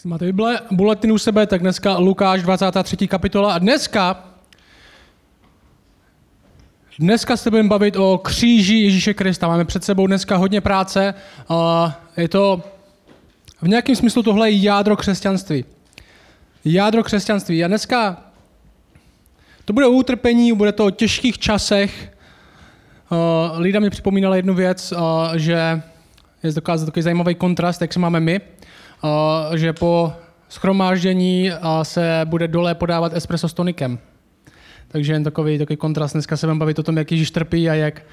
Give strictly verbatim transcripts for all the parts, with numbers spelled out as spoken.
Jestli máte Bible, bulletin u sebe, tak dneska Lukáš dvacátá třetí kapitola a dneska dneska se budeme bavit o kříži Ježíše Krista. Máme před sebou dneska hodně práce a je to v nějakém smyslu tohle je jádro křesťanství. Jádro křesťanství. A dneska to bude o utrpení, bude to o těžkých časech. Lidé mi připomínali jednu věc, že je dokázat takový zajímavý kontrast, jak se máme my, že po shromáždění se bude dole podávat espresso s tonikem. Takže jen takový, takový kontrast. Dneska se budeme bavit o tom, jak Ježíš trpí a jak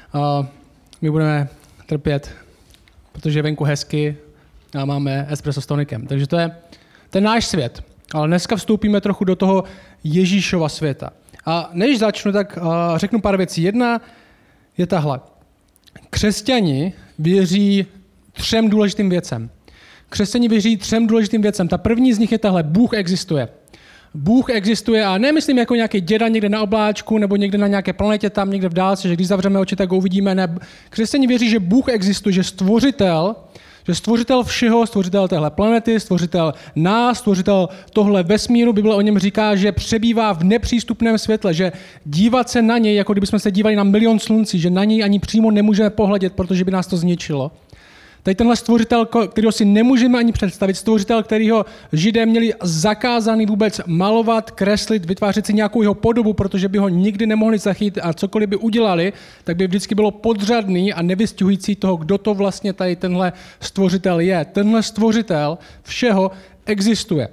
my budeme trpět, protože je venku hezky a máme espresso s tonikem. Takže to je ten náš svět. Ale dneska vstoupíme trochu do toho Ježíšova světa. A než začnu, tak řeknu pár věcí. Jedna je tahle. Křesťani věří třem důležitým věcem. Křesťani věří třem důležitým věcem. Ta první z nich je tahle. Bůh existuje. Bůh existuje a nemyslím jako nějaký děda někde na obláčku nebo někde na nějaké planetě tam někde v dálce, že když zavřeme oči, tak ho uvidíme. Ne. Křesťani věří, že Bůh existuje, že stvořitel, že stvořitel všeho, stvořitel téhle planety, stvořitel nás, stvořitel tohle vesmíru, Bible o něm říká, že přebývá v nepřístupném světle, že dívat se na něj, jako kdybychom se dívali na milion sluncí, že na něj ani přímo nemůžeme pohledět, protože by nás to zničilo. Tady tenhle stvořitel, kterého si nemůžeme ani představit, stvořitel, kterýho Židé měli zakázaný vůbec malovat, kreslit, vytvářet si nějakou jeho podobu, protože by ho nikdy nemohli zachytit a cokoliv by udělali, tak by vždycky bylo podřadný a nevystihující toho, kdo to vlastně tady tenhle stvořitel je. Tenhle stvořitel všeho existuje.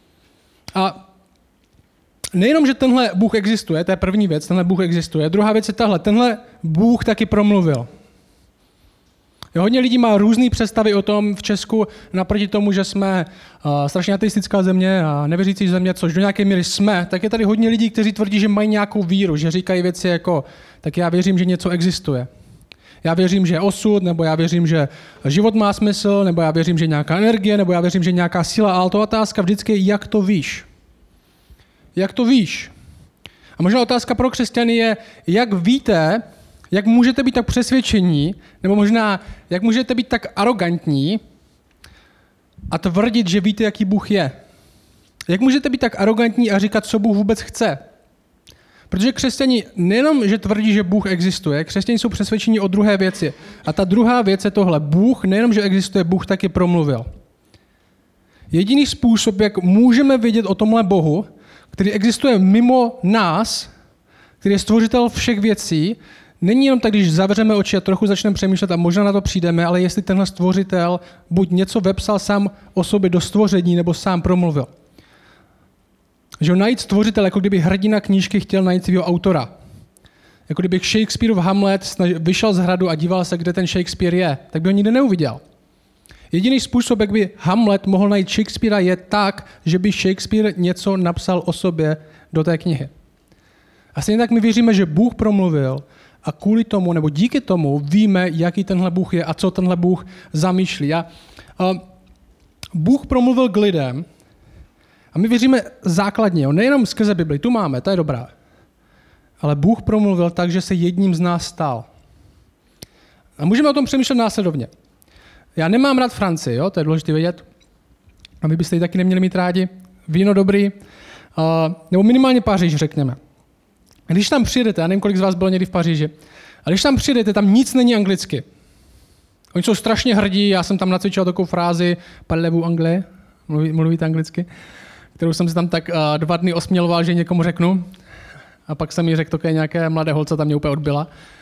A nejenom, že tenhle Bůh existuje, to je první věc, tenhle Bůh existuje. Druhá věc je tahle, tenhle Bůh taky promluvil. Hodně lidí má různé představy o tom v Česku, naproti tomu, že jsme uh, strašně ateistická země a nevěřící země, což do nějaké míry jsme, tak je tady hodně lidí, kteří tvrdí, že mají nějakou víru, že říkají věci jako, tak já věřím, že něco existuje. Já věřím, že je osud, nebo já věřím, že život má smysl, nebo já věřím, že je nějaká energie, nebo já věřím, že je nějaká síla, ale to otázka vždycky je, jak to víš. Jak to víš? A možná otázka pro křesťany je, jak víte, jak můžete být tak přesvědčení, nebo možná, jak můžete být tak arrogantní a tvrdit, že víte, jaký Bůh je. Jak můžete být tak arrogantní a říkat, co Bůh vůbec chce. Protože křesťani nejenom, že tvrdí, že Bůh existuje, křesťani jsou přesvědčení o druhé věci. A ta druhá věc je tohle. Bůh nejenom, že existuje, Bůh taky promluvil. Jediný způsob, jak můžeme vědět o tomhle Bohu, který existuje mimo nás, který je stvořitel všech věcí, není jenom tak, když zavřeme oči a trochu začneme přemýšlet a možná na to přijdeme, ale jestli tenhle stvořitel buď něco vepsal sám o sobě do stvoření, nebo sám promluvil. Že najít stvořitel, jako kdyby hrdina knížky chtěl najít svého autora. Jako kdyby Shakespeareův Hamlet vyšel z hradu a díval se, kde ten Shakespeare je, tak by ho nikdy neuviděl. Jediný způsob, jak by Hamlet mohl najít Shakespearea, je tak, že by Shakespeare něco napsal o sobě do té knihy. A stejně tak my věříme, že Bůh promluvil, a kvůli tomu, nebo díky tomu víme, jaký tenhle Bůh je a co tenhle Bůh zamýšlí. A, a Bůh promluvil k lidem a my věříme základně, jo, nejenom skrze Bibli, tu máme, to je dobrá. Ale Bůh promluvil tak, že se jedním z nás stal. A můžeme o tom přemýšlet následovně. Já nemám rád Francii, jo, to je důležité vědět. A vy byste ji taky neměli mít rádi. Víno dobrý, a, nebo minimálně Paříž, řekněme. Když tam přijedete, já nevím, kolik z vás bylo někdy v Paříži, a když tam přijedete, tam nic není anglicky. Oni jsou strašně hrdí, já jsem tam nacvičil takovou frázi parlez-vous anglais, mluví, mluvíte anglicky, kterou jsem si tam tak uh, dva dny osměloval, že někomu řeknu. A pak jsem jí řekl, to je nějaké mladé holce, tam mě úplně odbyla.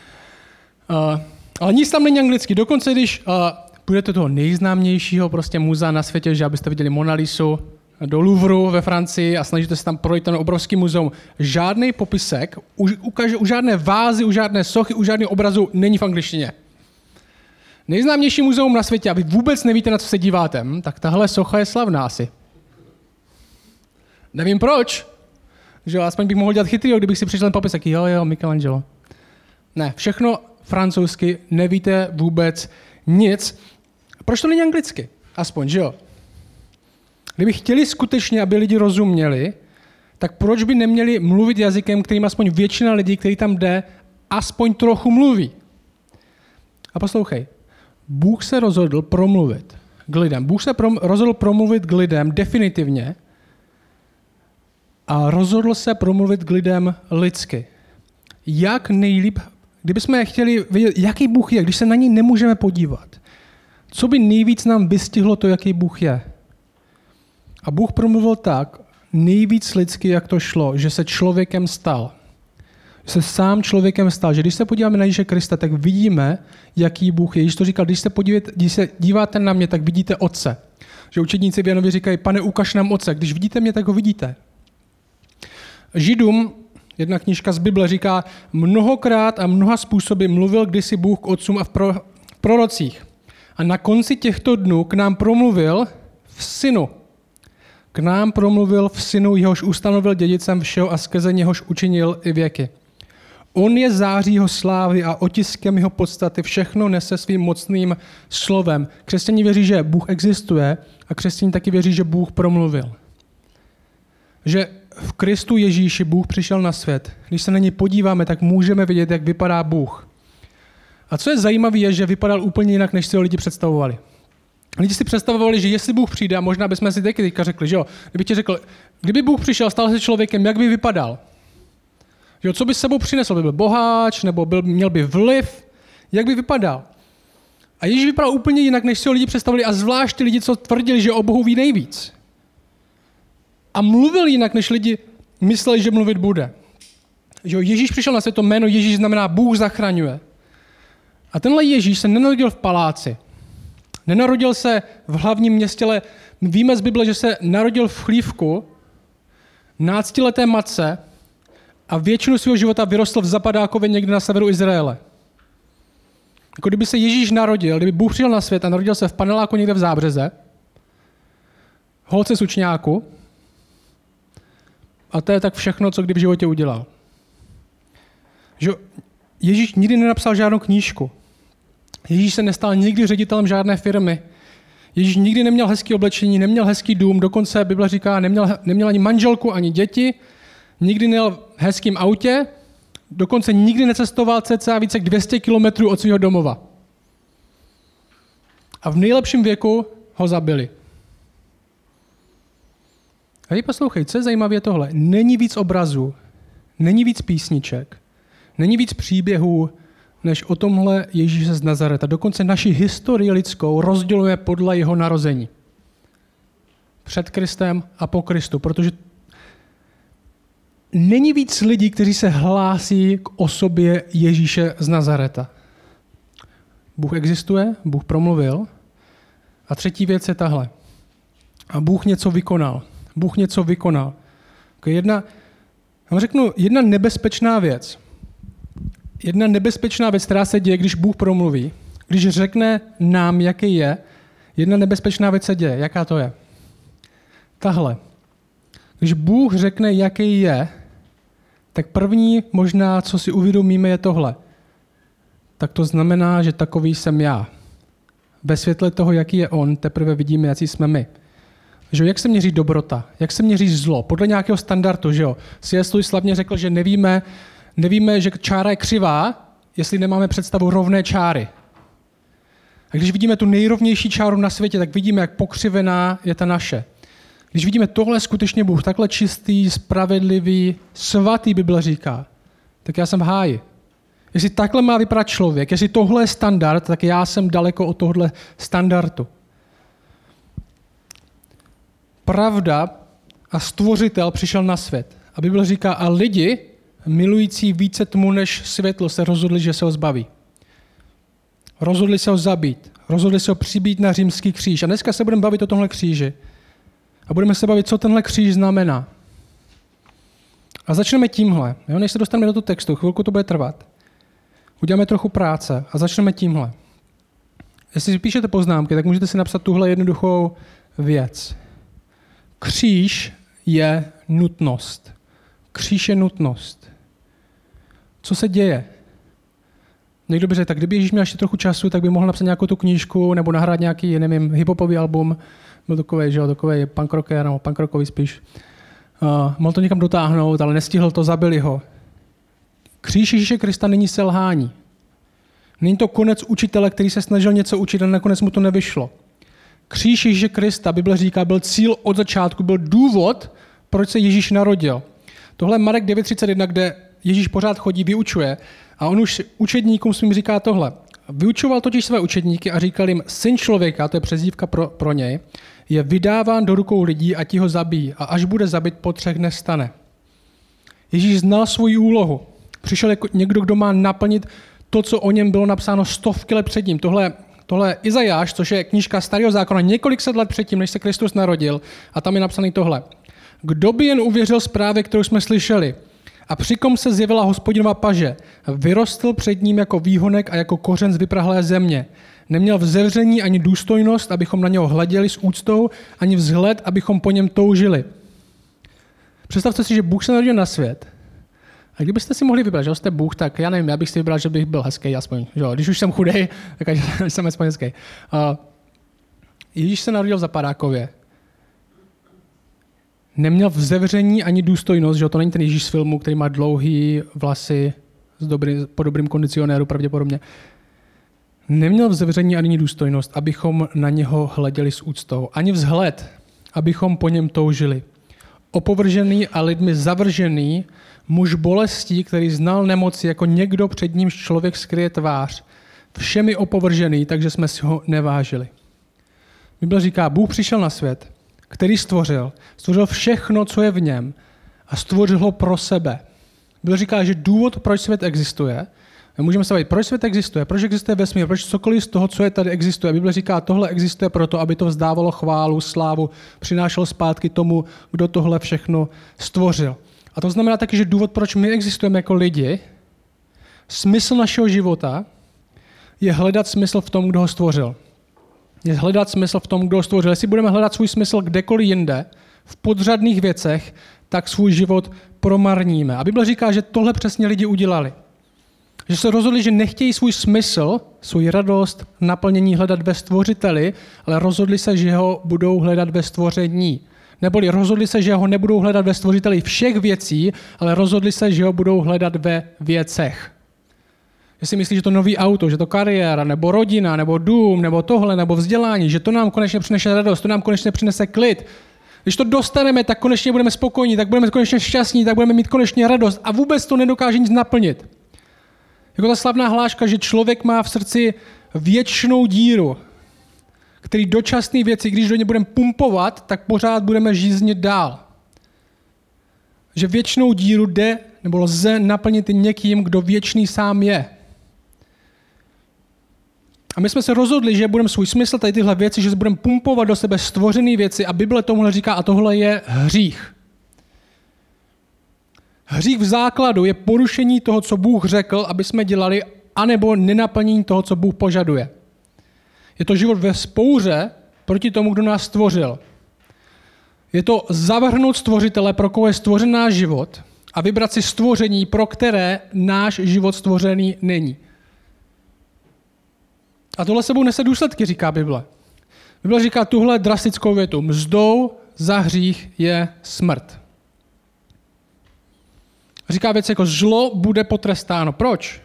Uh, ale nic tam není anglicky. Dokonce, když uh, půjdete do toho nejznámějšího prostě muzea na světě, že abyste viděli Mona Lisu, do Louvru ve Francii a snažíte se tam projít ten obrovský muzeum. Žádný popisek, u, u, u žádné vázy, u žádné sochy, u žádného obrazu není v angličtině. Nejznámější muzeum na světě, a vy vůbec nevíte, na co se díváte, tak tahle socha je slavná asi. Nevím proč, že aspoň bych mohl dělat chytrýho, kdybych si přišel ten popisek. Jo, jo, Michelangelo. Ne, všechno francouzsky, nevíte vůbec nic. Proč to není anglicky? Aspoň, že jo? Kdyby chtěli skutečně, aby lidi rozuměli, tak proč by neměli mluvit jazykem, kterým aspoň většina lidí, který tam jde, aspoň trochu mluví? A poslouchej, Bůh se rozhodl promluvit. k lidem. Bůh se prom- rozhodl promluvit k lidem definitivně a rozhodl se promluvit k lidem lidsky. Jak nejlíp, kdybychom chtěli vědět, jaký Bůh je, když se na něj nemůžeme podívat. Co by nejvíc nám vystihlo to, jaký Bůh je? A Bůh promluvil tak, nejvíc lidsky, jak to šlo, že se člověkem stal. Že se sám člověkem stal. Že když se podíváme na Ježíše Krista, tak vidíme, jaký Bůh je. Ježíš to říkal, když se, podíváte, když se díváte na mě, tak vidíte Otce. Že učedníci v Janovi říkají, Pane, ukaž nám Otce. Když vidíte mě, tak ho vidíte. Židům, jedna knížka z Bible říká, mnohokrát a mnoha způsoby mluvil kdysi Bůh k otcům a v pro, prorocích. A na konci těchto dnů k nám promluvil v Synu. K nám promluvil v Synu, jehož ustanovil dědicem všeho a skrze něhož učinil i věky. On je září jeho slávy a otiskem jeho podstaty, všechno nese svým mocným slovem. Křesťané věří, že Bůh existuje a křesťané taky věří, že Bůh promluvil. Že v Kristu Ježíši Bůh přišel na svět. Když se na něj podíváme, tak můžeme vidět, jak vypadá Bůh. A co je zajímavé, je, že vypadal úplně jinak, než si ho lidi představovali. Lidi si představovali, že jestli Bůh přijde, a možná bychom si taky teďka řekli, že jo, kdyby ti řekl, kdyby Bůh přišel, stal se člověkem, jak by vypadal? Že jo, co by s sebou přinesl? By byl boháč, nebo byl, měl by vliv? Jak by vypadal? A Ježíš vypadal úplně jinak, než si ho lidi představili, a zvlášť ty lidi, co tvrdili, že o Bohu ví nejvíc. A mluvil jinak, než lidi mysleli, že mluvit bude. Že jo, Ježíš přišel na svět, to jméno Ježíš znamená Bůh zachraňuje. A tenhle Ježíš se nenarodil v paláci. Nenarodil se v hlavním městě, ale víme z Bible, že se narodil v chlívku, náctileté matce a většinu svého života vyrostl v Zapadákově někde na severu Izraele. Jako kdyby se Ježíš narodil, kdyby Bůh přijel na svět a narodil se v paneláku někde v Zábřeze, holce sučňáku, a to je tak všechno, co kdy v životě udělal. Že Ježíš nikdy nenapsal žádnou knížku. Ježíš se nestal nikdy ředitelem žádné firmy. Ježíš nikdy neměl hezký oblečení, neměl hezký dům, dokonce Bible říká, neměl, neměl ani manželku, ani děti, nikdy nejel v hezkým autě, dokonce nikdy necestoval cca více jak dvě stě kilometrů od svého domova. A v nejlepším věku ho zabili. Hej, poslouchej, co je zajímavé je tohle. Není víc obrazů, není víc písniček, není víc příběhů, než o tomhle Ježíše z Nazareta. Dokonce naši historii lidskou rozděluje podle jeho narození. Před Kristem a po Kristu, protože není víc lidí, kteří se hlásí k osobě Ježíše z Nazareta. Bůh existuje, Bůh promluvil. A třetí věc je tahle. A Bůh něco vykonal. Bůh něco vykonal. Jedna, já vám řeknu, jedna nebezpečná věc. Jedna nebezpečná věc, která se děje, když Bůh promluví, když řekne nám, jaký je, jedna nebezpečná věc se děje. Jaká to je? Tahle. Když Bůh řekne, jaký je, tak první možná, co si uvědomíme, je tohle. Tak to znamená, že takový jsem já. Ve světle toho, jaký je on, teprve vidíme, jaký jsme my. Že jak se měří dobrota, jak se měří zlo, podle nějakého standardu, že jo. C S Lewis slavně řekl, že nevíme, nevíme, že čára je křivá, jestli nemáme představu rovné čáry. A když vidíme tu nejrovnější čáru na světě, tak vidíme, jak pokřivená je ta naše. Když vidíme tohle skutečně Bůh, takhle čistý, spravedlivý, svatý, Bible říká, tak já jsem v háji. Jestli takhle má vypadat člověk, jestli tohle je standard, tak já jsem daleko od tohle standardu. Pravda a stvořitel přišel na svět. A Bible říká, a lidi, milující více tmu než světlo, se rozhodli, že se ho zbaví. Rozhodli se ho zabít. Rozhodli se ho přibít na římský kříž. A dneska se budeme bavit o tomhle kříži. A budeme se bavit, co tenhle kříž znamená. A začneme tímhle. Jo? Než se dostaneme do toho textu, chvilku to bude trvat. Uděláme trochu práce a začneme tímhle. Jestli si píšete poznámky, tak můžete si napsat tuhle jednoduchou věc. Kříž je nutnost. Kříž je nutnost. Co se děje? Někdo by řekl, tak kdyby Ježíš měl ještě trochu času, tak by mohl napsat nějakou tu knížku nebo nahrát nějaký, nevím, hiphopový album. Byl takový, že jo, takový punk rocker, nebo punk rockový spíš. Uh, mohl to někam dotáhnout, ale nestihl to, zabili ho. Kříž Ježíše Krista není selhání. Není to konec učitele, který se snažil něco učit a nakonec mu to nevyšlo. Kříž Ježíše Krista, Bible říká, byl cíl od začátku, byl důvod, proč se Ježíš narodil. Tohle je Marek devět třicet jedna, kde Ježíš pořád chodí, vyučuje a on už učedníkům svým říká tohle. Vyučoval totiž své učedníky a říkal jim, syn člověka, to je přezdívka pro, pro něj, je vydáván do rukou lidí a ti ho zabijí a až bude zabit, po třech dnech stane. Ježíš znal svoji úlohu. Přišel jako někdo, kdo má naplnit to, co o něm bylo napsáno stovky let před ním. Tohle, tohle je Izajáš, což je knížka Starého zákona, několik set let předtím, než se Kristus narodil. A tam je napsaný tohle. Kdo by jen uvěřil zprávě, kterou jsme slyšeli, a při kom se zjevila Hospodinova paže, vyrostl před ním jako výhonek a jako kořen z vyprahlé země. Neměl vzevření ani důstojnost, abychom na něho hleděli s úctou, ani vzhled, abychom po něm toužili. Představte si, že Bůh se narodil na svět. A kdybyste si mohli vybrat, že jste Bůh, tak já nevím, já bych si vybral, že bych byl hezký aspoň. Že? Když už jsem chudej, tak jsem aspoň hezký. Uh, Ježíš se narodil v Zapadákově. Neměl vzevření ani důstojnost, že to není ten Ježíš z filmu, který má dlouhý vlasy s dobrý, po dobrým kondicionéru pravděpodobně. Neměl vzevření ani důstojnost, abychom na něho hleděli s úctou. Ani vzhled, abychom po něm toužili. Opovržený a lidmi zavržený, muž bolestí, který znal nemoci jako někdo, před nímž člověk skryje tvář. Všemi opovržený, takže jsme si ho nevážili. Bible říká, Bůh přišel na svět, který stvořil. Stvořil všechno, co je v něm a stvořil ho pro sebe. Bible říká, že důvod, proč svět existuje, my můžeme se bavit, proč svět existuje, proč existuje vesmír, proč cokoliv z toho, co je tady, existuje. Bible říká, tohle existuje proto, aby to vzdávalo chválu, slávu, přinášelo zpátky tomu, kdo tohle všechno stvořil. A to znamená taky, že důvod, proč my existujeme jako lidi, smysl našeho života je hledat smysl v tom, kdo ho stvořil. Je hledat smysl v tom, kdo ho stvořil. Jestli budeme hledat svůj smysl kdekoliv jinde, v podřadných věcech, tak svůj život promarníme. A Bible říká, že tohle přesně lidi udělali. Že se rozhodli, že nechtějí svůj smysl, svou radost, naplnění hledat ve stvořiteli, ale rozhodli se, že ho budou hledat ve stvoření. Neboli rozhodli se, že ho nebudou hledat ve stvořiteli všech věcí, ale rozhodli se, že ho budou hledat ve věcech. Že si myslí, že to nový auto, že to kariéra, nebo rodina, nebo dům, nebo tohle, nebo vzdělání, že to nám konečně přinese radost, to nám konečně přinese klid. Když to dostaneme, tak konečně budeme spokojní, tak budeme konečně šťastní, tak budeme mít konečně radost a vůbec to nedokáže nic naplnit. Jako ta slavná hláška, že člověk má v srdci věčnou díru, který dočasné věci, když do ně budeme pumpovat, tak pořád budeme žíznit dál. Že věčnou díru jde nebo lze naplnit někým, kdo věčný sám je. A my jsme se rozhodli, že budeme svůj smysl, tady tyhle věci, že budeme pumpovat do sebe stvořené věci a Bible tomuhle říká, a tohle je hřích. Hřích v základu je porušení toho, co Bůh řekl, aby jsme dělali, anebo nenaplnění toho, co Bůh požaduje. Je to život ve vzpouře proti tomu, kdo nás stvořil. Je to zavrhnout stvořitele, pro koho je stvořen náš život a vybrat si stvoření, pro které náš život stvořený není. A tohle sebou nese důsledky, říká Bible. Bible říká tuhle drastickou větu. Mzdou za hřích je smrt. Říká věc jako zlo bude potrestáno. Proč?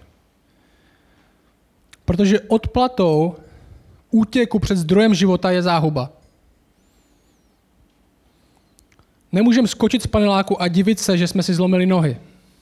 Protože odplatou útěku před zdrojem života je záhuba. Nemůžeme skočit z paneláku a divit se, že jsme si zlomili nohy.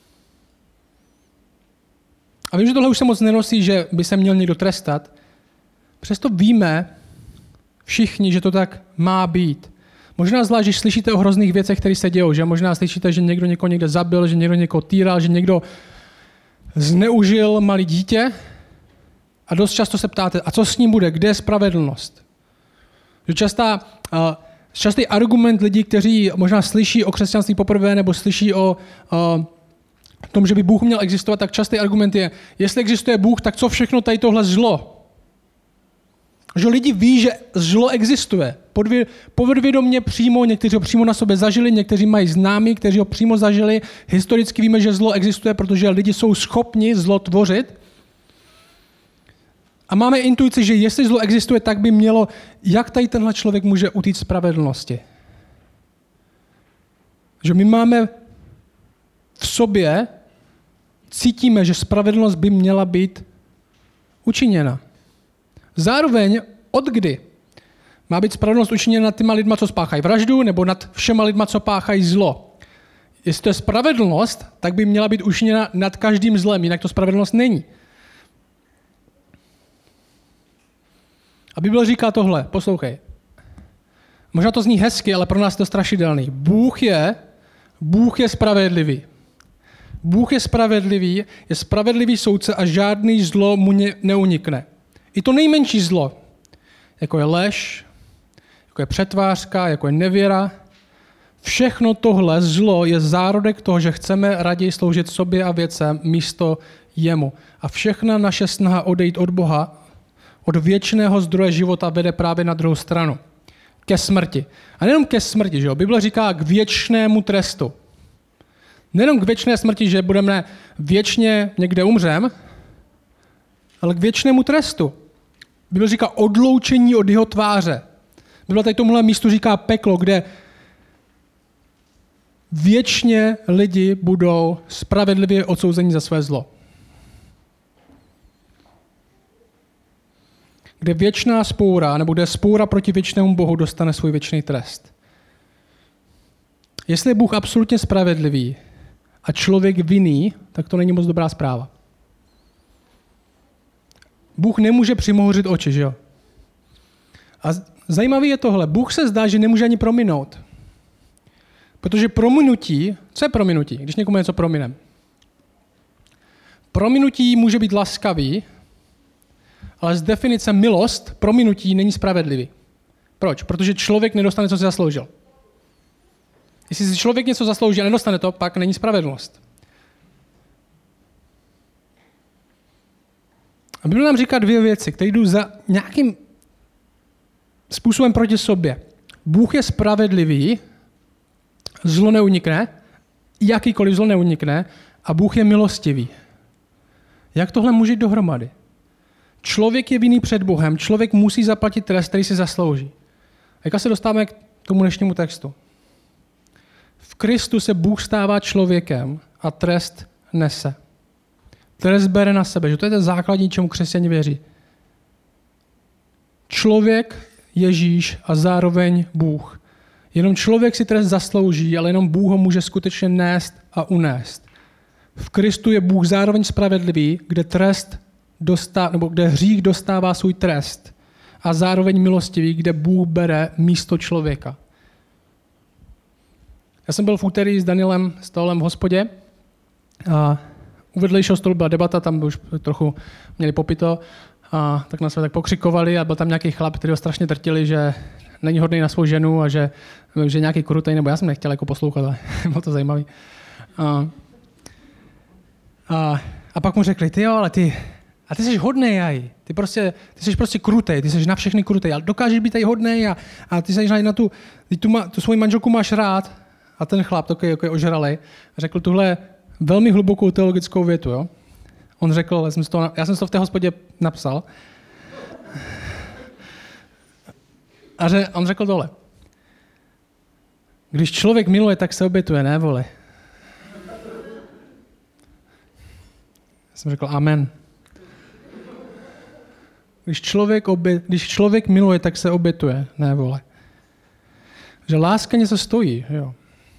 A vím, že tohle už se moc nenosí, že by se měl někdo trestat. Přesto víme všichni, že to tak má být. Možná zvlášť, když slyšíte o hrozných věcech, které se dějou, že možná slyšíte, že někdo někoho někde zabil, že někdo někoho týral, že někdo zneužil malé dítě a dost často se ptáte, a co s ním bude, kde je spravedlnost? Že častá, uh, častý argument lidí, kteří možná slyší o křesťanství poprvé nebo slyší o uh, tom, že by Bůh měl existovat, tak častý argument je, jestli existuje Bůh, tak co všechno tady tohle zlo? Že lidi ví, že zlo existuje. Podvě, podvědomě přímo, někteří ho přímo na sobě zažili, někteří mají známí, kteří ho přímo zažili. Historicky víme, že zlo existuje, protože lidi jsou schopni zlo tvořit. A máme intuici, že jestli zlo existuje, tak by mělo, jak tady tenhle člověk může utíct spravedlnosti. Že my máme v sobě, cítíme, že spravedlnost by měla být učiněna. Zároveň od kdy Má být spravedlnost učiněna nad těma lidma, co spáchají vraždu, nebo nad všema lidma, co páchají zlo. Jestli to je spravedlnost, tak by měla být učiněna nad každým zlem, jinak to spravedlnost není. A Bible říká tohle, poslouchej. Možná to zní hezky, ale pro nás je to strašidelný. Bůh je, Bůh je spravedlivý. Bůh je spravedlivý, je spravedlivý soudce a žádný zlo mu neunikne. I to nejmenší zlo, jako je lež, jako je přetvářka, jako je nevěra, všechno tohle zlo je zárodek toho, že chceme raději sloužit sobě a věcem místo jemu. A všechna naše snaha odejít od Boha, od věčného zdroje života vede právě na druhou stranu. Ke smrti. A nejenom ke smrti, že jo? Bible říká k věčnému trestu. Nejenom k věčné smrti, že budeme věčně někde umřem, ale k věčnému trestu. Bible říká odloučení od jeho tváře. Bible tady tomuhle místu říká peklo, kde věčně lidi budou spravedlivě odsouzeni za své zlo. Kde věčná spoura, nebo kde spoura proti věčnému Bohu dostane svůj věčný trest. Jestli je Bůh absolutně spravedlivý a člověk vinný, tak to není moc dobrá zpráva. Bůh nemůže přimohořit oči, že jo? A zajímavý je tohle. Bůh se zdá, že nemůže ani prominout. Protože prominutí, co je prominutí, když někomu něco prominem? Prominutí může být laskavý, ale z definice milost, prominutí není spravedlivý. Proč? Protože člověk nedostane, co si zasloužil. Jestli si člověk něco zaslouží a nedostane to, pak není spravedlnost. A Bible nám říká dvě věci, které jdou za nějakým způsobem proti sobě. Bůh je spravedlivý, zlo neunikne, jakýkoliv zlo neunikne, a Bůh je milostivý. Jak tohle může jít dohromady? Člověk je vinný před Bohem, člověk musí zaplatit trest, který si zaslouží. A jak se dostáváme k tomu dnešnímu textu? V Kristu se Bůh stává člověkem a trest nese. Trest bere na sebe, že to je ten základní, čemu křesťané věří. Člověk, Ježíš a zároveň Bůh. Jenom člověk si trest zaslouží, ale jenom Bůh ho může skutečně nést a unést. V Kristu je Bůh zároveň spravedlivý, kde trest dostá, nebo kde hřích dostává svůj trest, a zároveň milostivý, kde Bůh bere místo člověka. Já jsem byl v úterý s Danielem Stolem v hospodě a u vedlejšího stolu byla debata, tam už trochu měli popito, a tak nás tak pokřikovali a byl tam nějaký chlap, který ho strašně drtili, že není hodný na svou ženu a že, že nějaký krutej, nebo já jsem nechtěl jako poslouchat, ale bylo to zajímavý. A, a, a pak mu řekli, ty jo, ale ty, a ty jsi hodnej, aj. Ty, prostě, ty jsi prostě krutej, ty jsi na všechny krutej, ale dokážeš být tady hodnej a, a ty jsi na tu, ty tu, ma, tu svoji manželku máš rád. A ten chlap, takový jako ožralej, řekl tuhle velmi hlubokou teologickou větu. Jo? On řekl, já jsem, to, já jsem to v té hospodě napsal, a že, on řekl tohle. Když člověk miluje, tak se obětuje, ne, vole? Já jsem řekl amen. Když člověk, obě, když člověk miluje, tak se obětuje, ne, vole? Že láska něco stojí, jo.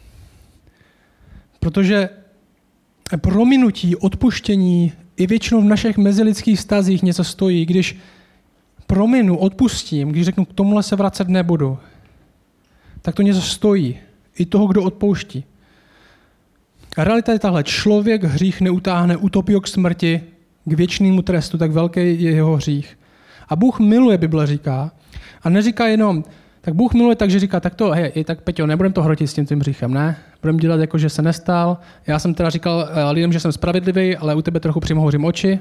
Protože prominutí, odpuštění i většinou v našich mezilidských vztazích něco stojí. Když prominu, odpustím, když řeknu, k tomuhle se vracet nebudu, tak to něco stojí. I toho, kdo odpouští. A realita je tahle. Člověk hřích neutáhne, utopí ho k smrti, k věčnému trestu, tak velký je jeho hřích. A Bůh miluje, Bible říká, a neříká jenom, tak Bůh miluje tak, že říká, tak to, hej, tak Peťo, nebudem to hrotit s tím tím hříchem, ne? Budem dělat jako, že se nestal. Já jsem teda říkal lidem, že jsem spravedlivý, ale u tebe trochu přimohořím oči.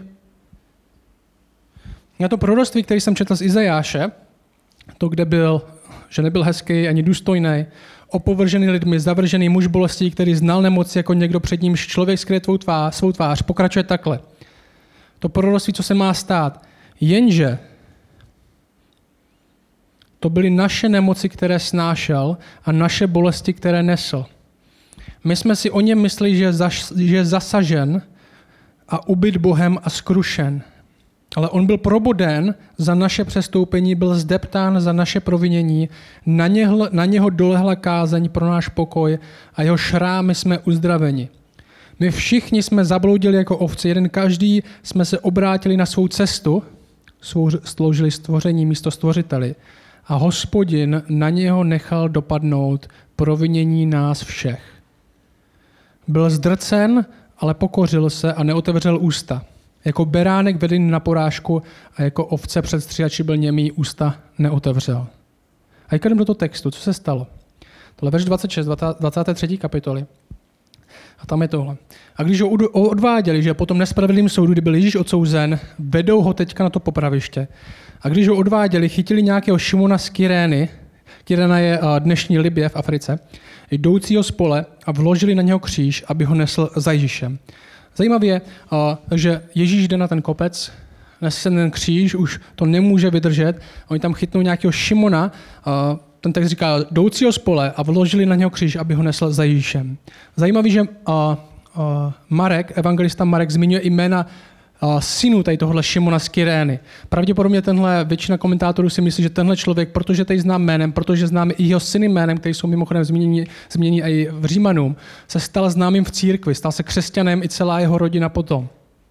Na to proroctví, který jsem četl z Izajáše, to, kde byl, že nebyl hezký ani důstojný, opovržený lidmi, zavržený muž bolestí, který znal nemoci jako někdo před nímž člověk skryje tvou tvář, svou tvář, pokračuje takhle. To proroctví, co se má stát. Jenže to byly naše nemoci, které snášel, a naše bolesti, které nesl. My jsme si o něm mysleli, že je, zaš, že je zasažen a ubyt Bohem a skrušen. ale on byl proboden za naše přestoupení, byl zdeptán za naše provinění, na, něho, na něho dolehla kázeň pro náš pokoj a jeho šrámy jsme uzdraveni. My všichni jsme zabloudili jako ovce, jeden každý jsme se obrátili na svou cestu, svou sloužili stvoření místo stvořiteli a Hospodin na něho nechal dopadnout provinění nás všech. Byl zdrcen, ale pokořil se a neotevřel ústa. Jako beránek vedený na porážku a jako ovce před stříhači byl němý, ústa neotevřel. A jak jdem do toho textu, co se stalo? Tohle verš dvacet šest, dvacáté třetí kapitoly. A tam je tohle. A když ho odváděli, že po tom nespravedlivém soudu, kdy byl Ježíš odsouzen, vedou ho teďka na to popraviště. A když ho odváděli, chytili nějakého Šimona z Kyrény, Kyréna je dnešní Libye v Africe, jdoucího z pole a vložili na něho kříž, aby ho nesl za Ježíšem. Zajímavé je, že Ježíš jde na ten kopec, nese ten kříž, už to nemůže vydržet, oni tam chytnou nějakého Šimona, ten text říká, jdoucího z pole a vložili na něho kříž, aby ho nesl za Ježíšem. Zajímavé, že Marek, evangelista Marek, zmiňuje jména synu tady tohohle Šimona z Kyrény. Pravděpodobně tenhle, většina komentátorů si myslí, že tenhle člověk, protože tady znám jménem, protože známe i jeho syny jménem, který jsou mimochodem změněni, změněni i v Římanům, se stal známým v církvi, stal se křesťanem i celá jeho rodina potom.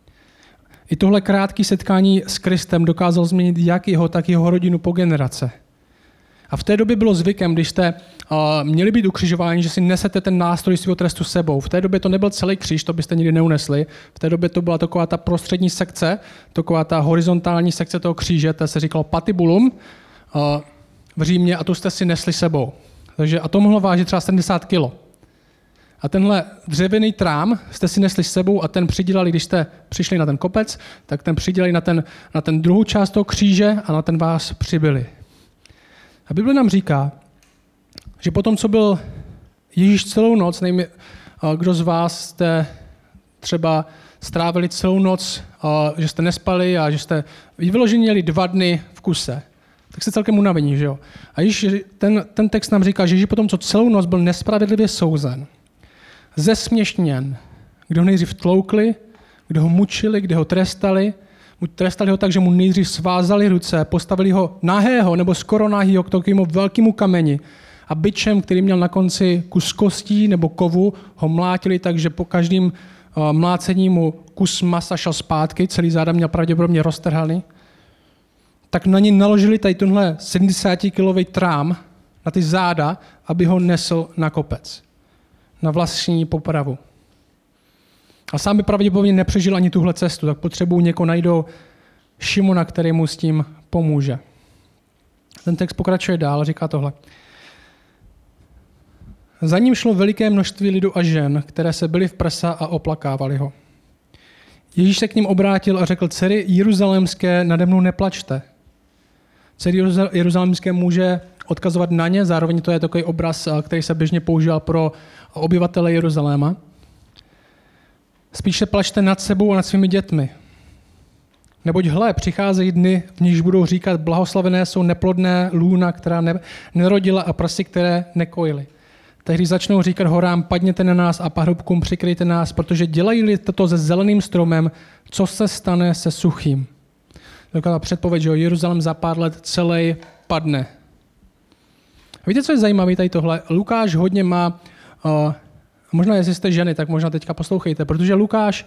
I tohle krátké setkání s Kristem dokázal změnit jak jeho, tak jeho rodinu po generace. A v té době bylo zvykem, když jste uh, měli být ukřižováni, že si nesete ten nástroj svého trestu sebou. V té době to nebyl celý kříž, to byste nikdy neunesli. V té době to byla taková ta prostřední sekce, taková ta horizontální sekce toho kříže, to se říkalo patibulum uh, v Římě a tu jste si nesli sebou. Takže, a to mohlo vážit třeba sedmdesát kilo. A tenhle dřevěný trám jste si nesli s sebou a ten přidělali, když jste přišli na ten kopec, tak ten přidělali na ten, na ten druhou část toho kříže a na ten vás přibyli. A Bible nám říká, že potom, co byl Ježíš celou noc, nevím, kdo z vás jste třeba strávili celou noc, že jste nespali a že jste vyloženě měli dva dny v kuse, tak jste celkem unavení, že jo? A Ježíš, ten, ten text nám říká, že Ježíš potom, co celou noc byl nespravedlivě souzen, zesměšněn, kdo ho nejdřív tloukli, kdo ho mučili, kde ho trestali, trestali ho tak, že mu nejdřív svázali ruce, postavili ho nahého nebo skoro nahýho k takovému velkému kameni a bičem, který měl na konci kus kostí nebo kovu, ho mlátili tak, že po každém uh, mlácení mu kus masa šel zpátky, celý záda měl pravděpodobně roztrhaný. Tak na ní naložili tady tenhle sedmdesátikilový trám na ty záda, aby ho nesl na kopec. Na vlastní popravu. A sám by pravděpodobně nepřežil ani tuhle cestu, tak potřebují někoho najdou Šimona, který mu s tím pomůže. Ten text pokračuje dál, říká tohle. Za ním šlo veliké množství lidu a žen, které se byly v prsa a oplakávali ho. Ježíš se k ním obrátil a řekl, dcery jeruzalémské, nade mnou neplačte. Dcery jeruzalémské může odkazovat na ně, zároveň to je takový obraz, který se běžně používal pro obyvatele Jeruzaléma. Spíše plačte nad sebou a nad svými dětmi. Neboť hle, přicházejí dny, v nichž budou říkat, blahoslavené jsou neplodné lůna, která ne, nerodila a prsy, které nekojily. Tehdy začnou říkat horám, padněte na nás a pahrubkům přikryjte nás, protože dělají-li toto se zeleným stromem, co se stane se suchým. Taková předpověď, že Jeruzalém za pár let celý padne. A víte, co je zajímavé tady tohle? Lukáš hodně má... Uh, Možná, jestli jste ženy, tak možná teďka poslouchejte, protože Lukáš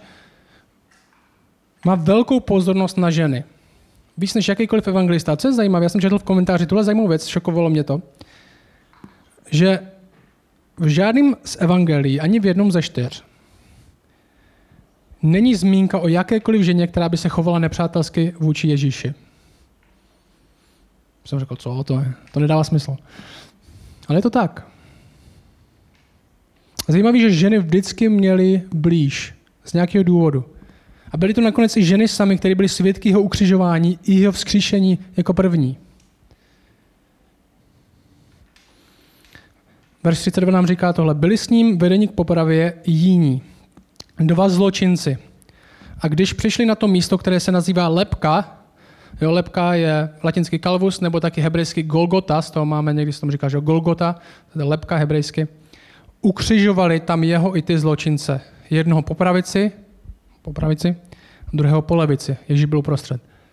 má velkou pozornost na ženy. Víc než jakýkoliv evangelista. Co je zajímavé, já jsem četl v komentáři tuhle zajímavou věc, šokovalo mě to, že v žádném z evangelií, ani v jednom ze čtyř, není zmínka o jakékoliv ženě, která by se chovala nepřátelsky vůči Ježíši. Jsem řekl, co to je? To nedává smysl. Ale je to tak. Zajímavé, že ženy vždycky měly blíž z nějakého důvodu. A byly to nakonec i ženy samy, které byly svědky jeho ukřižování i jeho vzkříšení jako první. Verš třicet dva nám říká tohle. Byli s ním vedeni k popravě jiní, dva zločinci. A když přišli na to místo, které se nazývá Lebka, jo, Lebka je latinský Calvus, nebo taky hebrejský Golgota, z toho máme někdy se tomu říká, že Golgota, to je Lebka hebrejsky, ukřižovali tam jeho i ty zločince. Jednoho po pravici, po pravici, druhého po levici. Ježíš byl uprostřed.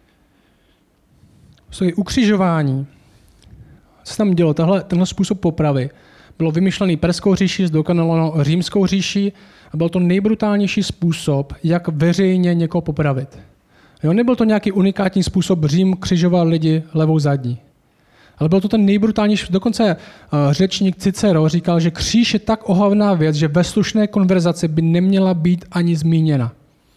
Svoje ukřižování, co se tam dělo, tahle, tenhle způsob popravy, bylo vymyšlený Perskou říší, zdokonaleno Římskou říší a byl to nejbrutálnější způsob, jak veřejně někoho popravit. Jo, nebyl to nějaký unikátní způsob, Řím křižoval lidi levou zadní. Ale byl to ten nejbrutálnější, dokonce uh, řečník Cicero říkal, že kříž je tak ohavná věc, že ve slušné konverzaci by neměla být ani zmíněna.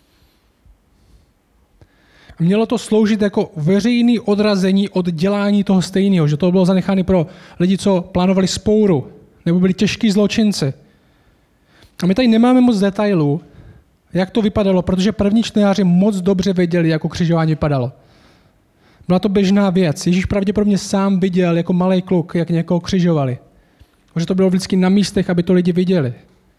A mělo to sloužit jako veřejný odrazení od dělání toho stejného, že to bylo zanecháno pro lidi, co plánovali spouru, nebo byli těžký zločinci. A my tady nemáme moc detailů, jak to vypadalo, protože první čtenáři moc dobře věděli, jak ukřižování vypadalo. Byla to běžná věc. Ježíš pravděpodobně sám viděl jako malý kluk, jak někoho křižovali. Protože to bylo vždycky na místech, aby to lidi viděli.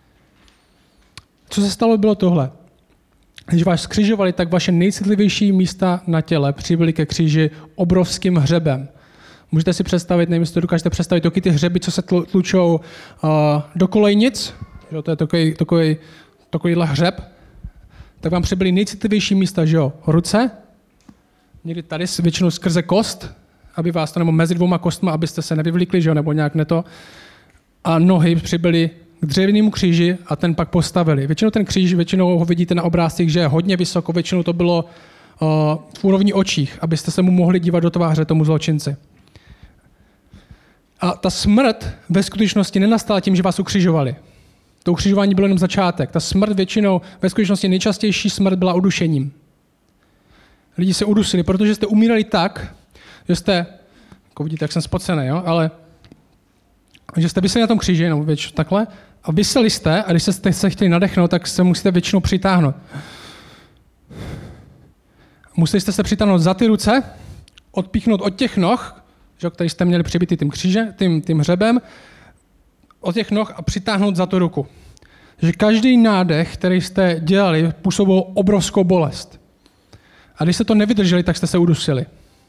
Co se stalo, bylo tohle. Když vás skřižovali, tak vaše nejcitlivější místa na těle přibyly ke kříži obrovským hřebem. Můžete si představit, nevím, jestli to dokážete představit, taky ty hřeby, co se tlučou uh, do kolejnic, že to je takový, takový, takovýhle hřeb, tak vám přibyly nejcitlivější místa, že jo, ruce, někdy tady většinou skrze kost, aby vás to, nebo mezi dvouma kostma, abyste se nevyvlíkli, že jo, nebo nějak ne to, a nohy přibyly k dřevěnému kříži a ten pak postavili. Většinou ten kříž, většinou ho vidíte na obrázcích, že je hodně vysoko, většinou to bylo uh, v úrovni očích, abyste se mu mohli dívat do tváře tomu zločinci. A ta smrt ve skutečnosti nenastala tím, že vás ukřižovali. To ukřižování bylo jenom začátek. Ta smrt většinou, ve skutečnosti nejčastější smrt byla udušením. Lidi se udusili, protože jste umírali tak, že jste, jako vidíte, jak jsem spocený, jo, ale že jste viseli na tom kříži, jenom většinou takhle, a viseli jste, a když jste se chtěli nadechnout, tak se musíte většinou přitáhnout. Museli jste se přitáhnout za ty ruce, odpíchnout od těch noh, že, který jste měli přibitý tím kříže, tím, tím hřebem, od těch noh a přitáhnout za tu ruku. Že každý nádech, který jste dělali, působil obrovskou bolest. A když jste to nevydrželi, tak jste se udusili.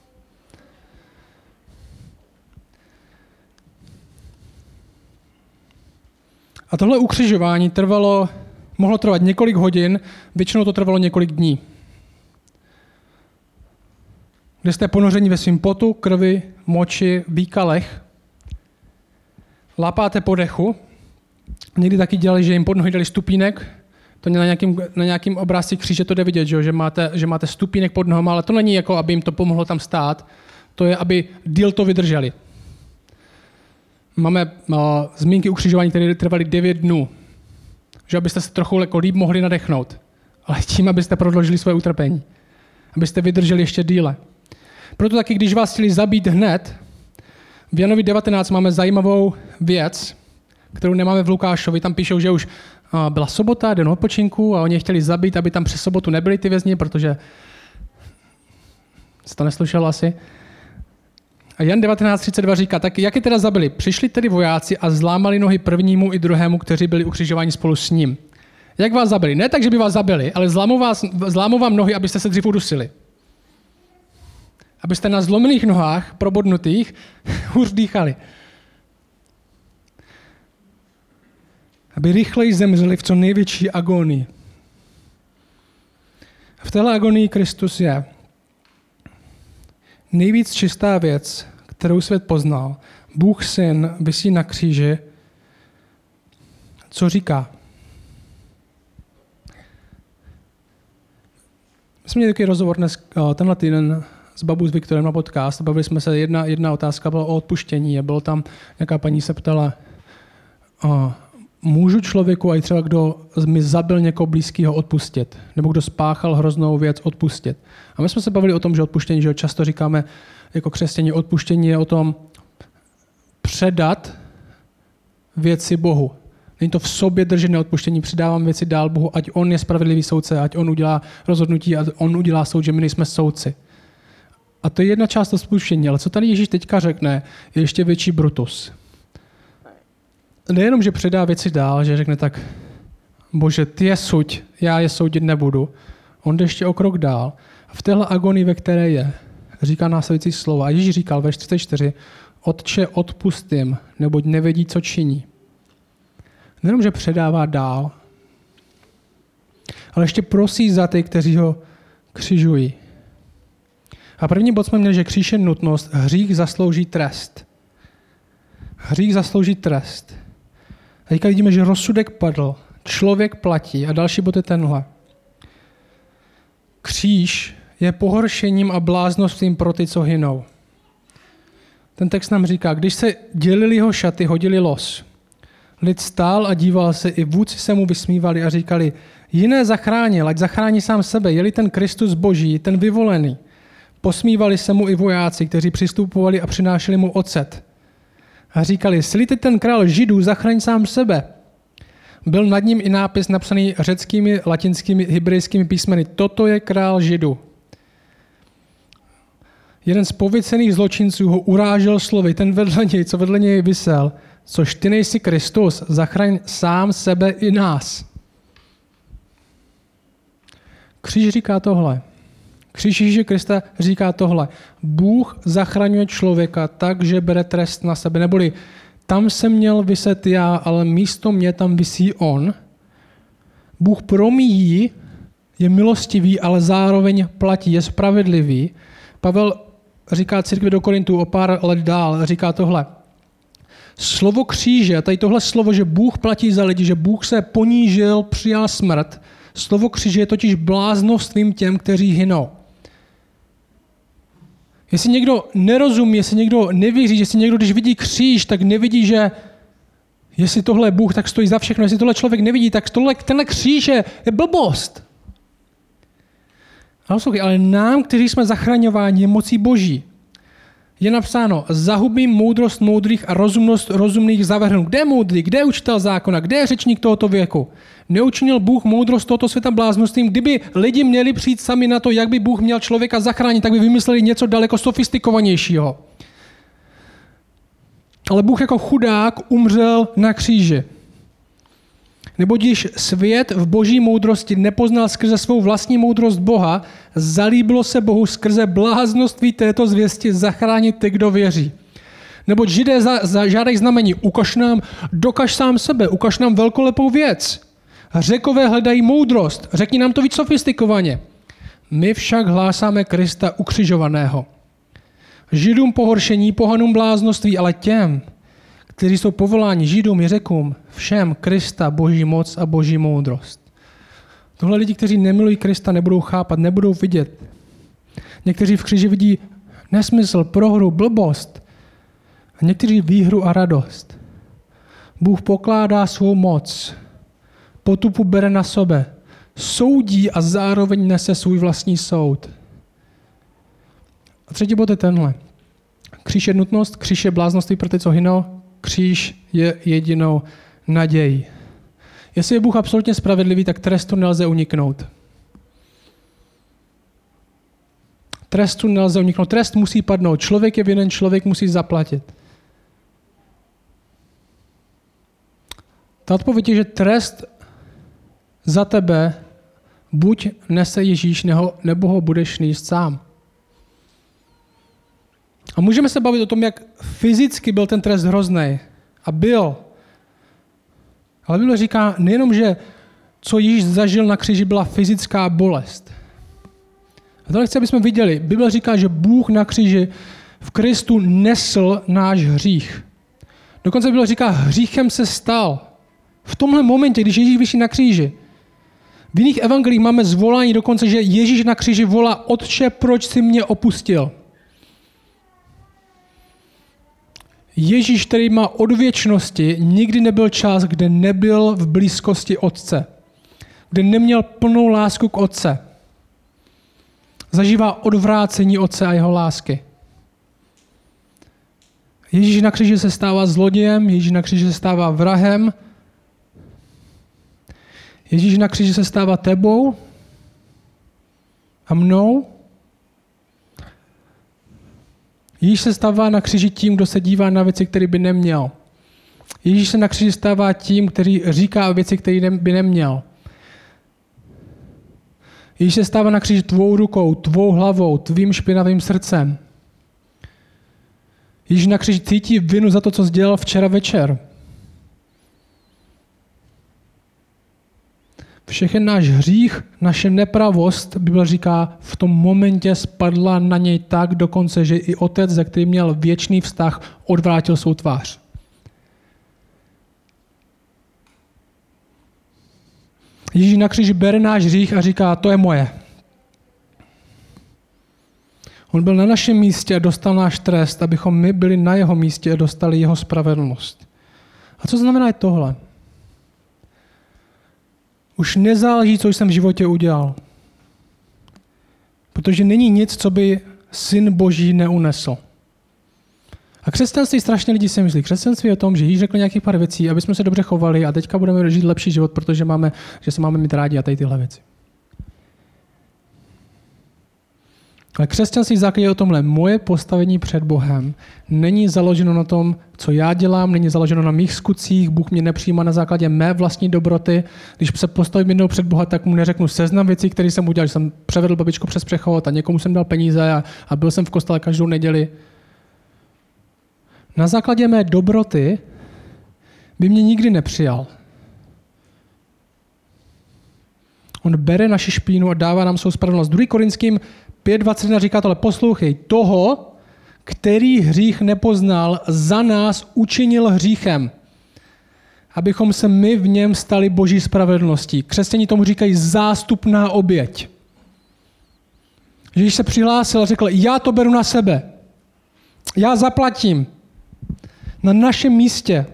A tohle ukřižování trvalo, mohlo trvat několik hodin, většinou to trvalo několik dní. Kde jste ponořeni ve svým potu, krvi, moči, výkalech, lápáte po dechu. Někdy taky dělali, že jim pod nohy dali stupínek. To na nějakým, na nějakým obrázci kříže to jde vidět, že, že, máte, že máte stupínek pod nohama, ale to není jako, aby jim to pomohlo tam stát. To je, aby díl to vydrželi. Máme uh, zmínky ukřižování, které trvaly devět dnů. Že abyste se trochu jako líp mohli nadechnout. Ale tím, abyste prodloužili své utrpení. Abyste vydrželi ještě díle. Proto taky, když vás chtěli zabít hned, v Janovi devatenáct máme zajímavou věc, kterou nemáme v Lukášovi. Tam píšou, že už uh, byla sobota, den odpočinku a oni je chtěli zabít, aby tam přes sobotu nebyli ty vězni, protože jste to neslyšel asi. A Jan devatenáct třicet dva říká, tak jak je teda zabili? Přišli tedy vojáci a zlámali nohy prvnímu i druhému, kteří byli ukřižováni spolu s ním. Jak vás zabili? Ne tak, že by vás zabili, ale zlámou, vás, zlámou vám nohy, abyste se dřív udusili. Abyste na zlomených nohách, probodnutých, hůř dýchali. Aby rychleji zemřeli v co největší agonii. V téhle agonii Kristus je nejvíc čistá věc, kterou svět poznal. Bůh syn visí na kříži. Co říká? My jsme měli takový rozhovor dnes, tenhle týden s Babu s Viktorem na podcast. Bavili jsme se, jedna, jedna otázka byla o odpuštění. A bylo tam, nějaká paní se ptala, můžu člověku, a i třeba kdo mi zabil někoho blízkého, odpustit? Nebo kdo spáchal hroznou věc, odpustit? A my jsme se bavili o tom, že odpuštění, že často říkáme jako křesťané, odpuštění je o tom předat věci Bohu. Není to v sobě držené odpuštění, předávám věci dál Bohu, ať on je spravedlivý soudce, ať on udělá rozhodnutí, ať on udělá soud, že my nejsme soudci. A to je jedna část odpuštění, ale co tady Ježíš teďka řekne, je ještě větší brutus. Nejenom, že předá věci dál, že řekne tak, Bože, ty je suď, já je soudit nebudu. On jde ještě o krok dál. A v téhle agonii, ve které je, říká následující slova. A Ježíš říkal, verš třicet čtyři, Otče, odpustím, neboť nevědí, co činí. Nejenom, že předává dál, ale ještě prosí za ty, kteří ho křižují. A první bod jsme měli, že kříž je nutnost, hřích zaslouží trest. Hřích zaslouží trest. A teďka vidíme, že rozsudek padl, člověk platí a další bod je tenhle. Kříž je pohoršením a bláznostvím pro ty, co hynou. Ten text nám říká, když se dělili jeho šaty, hodili los. Lid stál a díval se, i vůdci se mu vysmívali a říkali, jiné zachránil, ať zachrání sám sebe, je-li ten Kristus Boží, ten vyvolený. Posmívali se mu i vojáci, kteří přistupovali a přinášeli mu ocet. A říkali, jsi-li ty ten král Židů, zachraň sám sebe. Byl nad ním i nápis napsaný řeckými, latinskými, hebrejskými písmeny. Toto je král Židů. Jeden z pověcených zločinců ho urážel slovy, ten vedle něj, co vedle něj visel, což ty nejsi Kristus, zachraň sám sebe i nás. Kříž říká tohle. Kříž Ježíše Krista říká tohle. Bůh zachraňuje člověka tak, že bere trest na sebe. Neboli tam jsem měl viset já, ale místo mě tam visí on. Bůh promíjí, je milostivý, ale zároveň platí, je spravedlivý. Pavel říká církvi do Korintů o pár let dál, říká tohle. Slovo kříže, tady tohle slovo, že Bůh platí za lidi, že Bůh se ponížil, přijal smrt, slovo kříže je totiž bláznostvím těm, kteří hynou. Jestli někdo nerozumí, jestli někdo nevěří, jestli někdo, když vidí kříž, tak nevidí, že jestli tohle je Bůh, tak stojí za všechno. Jestli tohle člověk nevidí, tak tohle, tenhle kříž je, je blbost. Ale, poslouchej, ale nám, kteří jsme zachraňováni, je mocí Boží. Je napsáno, zahubím moudrost moudrých a rozumnost rozumných zavrhnu. Kde je moudrý? Kde je učitel zákona? Kde je řečník tohoto věku? Neučinil Bůh moudrost tohoto světa bláznostvím? Kdyby lidi měli přijít sami na to, jak by Bůh měl člověka zachránit, tak by vymysleli něco daleko sofistikovanějšího. Ale Bůh jako chudák umřel na kříži. Neboť když svět v boží moudrosti nepoznal skrze svou vlastní moudrost Boha, zalíbilo se Bohu skrze bláznoství této zvěsti zachránit ty, kdo věří. Neboť Židé za, za žádají znamení, ukaž nám, dokaž sám sebe, ukaž nám velkolepou věc. Řekové hledají moudrost, řekni nám to víc sofistikovaně. My však hlásáme Krista ukřižovaného. Židům pohoršení, pohanům bláznoství, ale těm, kteří jsou povoláni Židům i Řekům, všem Krista, boží moc a boží moudrost. Tohle lidi, kteří nemilují Krista, nebudou chápat, nebudou vidět. Někteří v kříži vidí nesmysl, prohru, blbost. A někteří výhru a radost. Bůh pokládá svou moc, potupu bere na sebe, soudí a zároveň nese svůj vlastní soud. A třetí bod je tenhle. Kříž je nutnost, kříž je bláznoství pro ty, co hynou, kříž je jedinou nadějí. Jestli je Bůh absolutně spravedlivý, tak trestu nelze uniknout. Trestu nelze uniknout. Trest musí padnout. Člověk je vinen, člověk musí zaplatit. Ta odpověď je, že trest za tebe buď nese Ježíš, nebo ho budeš nést sám. A můžeme se bavit o tom, jak fyzicky byl ten trest hrozný. A byl. Ale Bible říká nejenom, že co Ježíš zažil na kříži byla fyzická bolest. A tohle chci, abychom viděli. Bible říká, že Bůh na kříži v Kristu nesl náš hřích. Dokonce Bible říká, hříchem se stal. V tomhle momentě, když Ježíš visí na kříži. V jiných evangelích máme zvolání dokonce, že Ježíš na kříži volá, Otče, proč jsi mě opustil? Ježíš, který má od věčnosti, nikdy nebyl čas, kde nebyl v blízkosti Otce. Kde neměl plnou lásku k Otce. Zažívá odvrácení Otce a jeho lásky. Ježíš na kříži se stává zlodějem, Ježíš na kříži se stává vrahem, Ježíš na kříži se stává tebou a mnou. Ježíš se stává na kříži tím, kdo se dívá na věci, které by neměl. Ježíš se na kříži stává tím, který říká věci, které by neměl. Ježíš se stává na kříži tvou rukou, tvou hlavou, tvým špinavým srdcem. Ježíš na kříži cítí vinu za to, co jsi dělal včera večer. Všechen náš hřích, naše nepravost, Bible říká, v tom momentě spadla na něj tak dokonce, že i otec, ze kterým měl věčný vztah, odvrátil svou tvář. Ježíš na kříži bere náš hřích a říká, to je moje. On byl na našem místě a dostal náš trest, abychom my byli na jeho místě a dostali jeho spravedlnost. A co znamená tohle? Už nezáleží, co jsem v životě udělal. Protože není nic, co by Syn Boží neunesl. A křesťanství strašně lidi si myslí. Křesťanství je o tom, že Ježíš řekl nějakých pár věcí, aby jsme se dobře chovali a teďka budeme žít lepší život, protože máme, že se máme mít rádi a tady tyhle věci. Ale křesťanství v základě o tomhle. Moje postavení před Bohem není založeno na tom, co já dělám, není založeno na mých skutcích, Bůh mě nepřijímá na základě mé vlastní dobroty. Když se postavím jednou před Boha, tak mu neřeknu seznam věcí, které jsem udělal, že jsem převedl babičku přes přechod a někomu jsem dal peníze a, a byl jsem v kostele každou neděli. Na základě mé dobroty by mě nikdy nepřijal. On bere naši špínu a dává nám svou spravedlnost. druhý Korinským pět dvacet jedna říká tohle, poslouchej, toho, který hřích nepoznal, za nás učinil hříchem, abychom se my v něm stali Boží spravedlností. Křesťané tomu říkají zástupná oběť. Ježíš se přihlásil a řekl, já to beru na sebe. Já zaplatím. Na našem místě.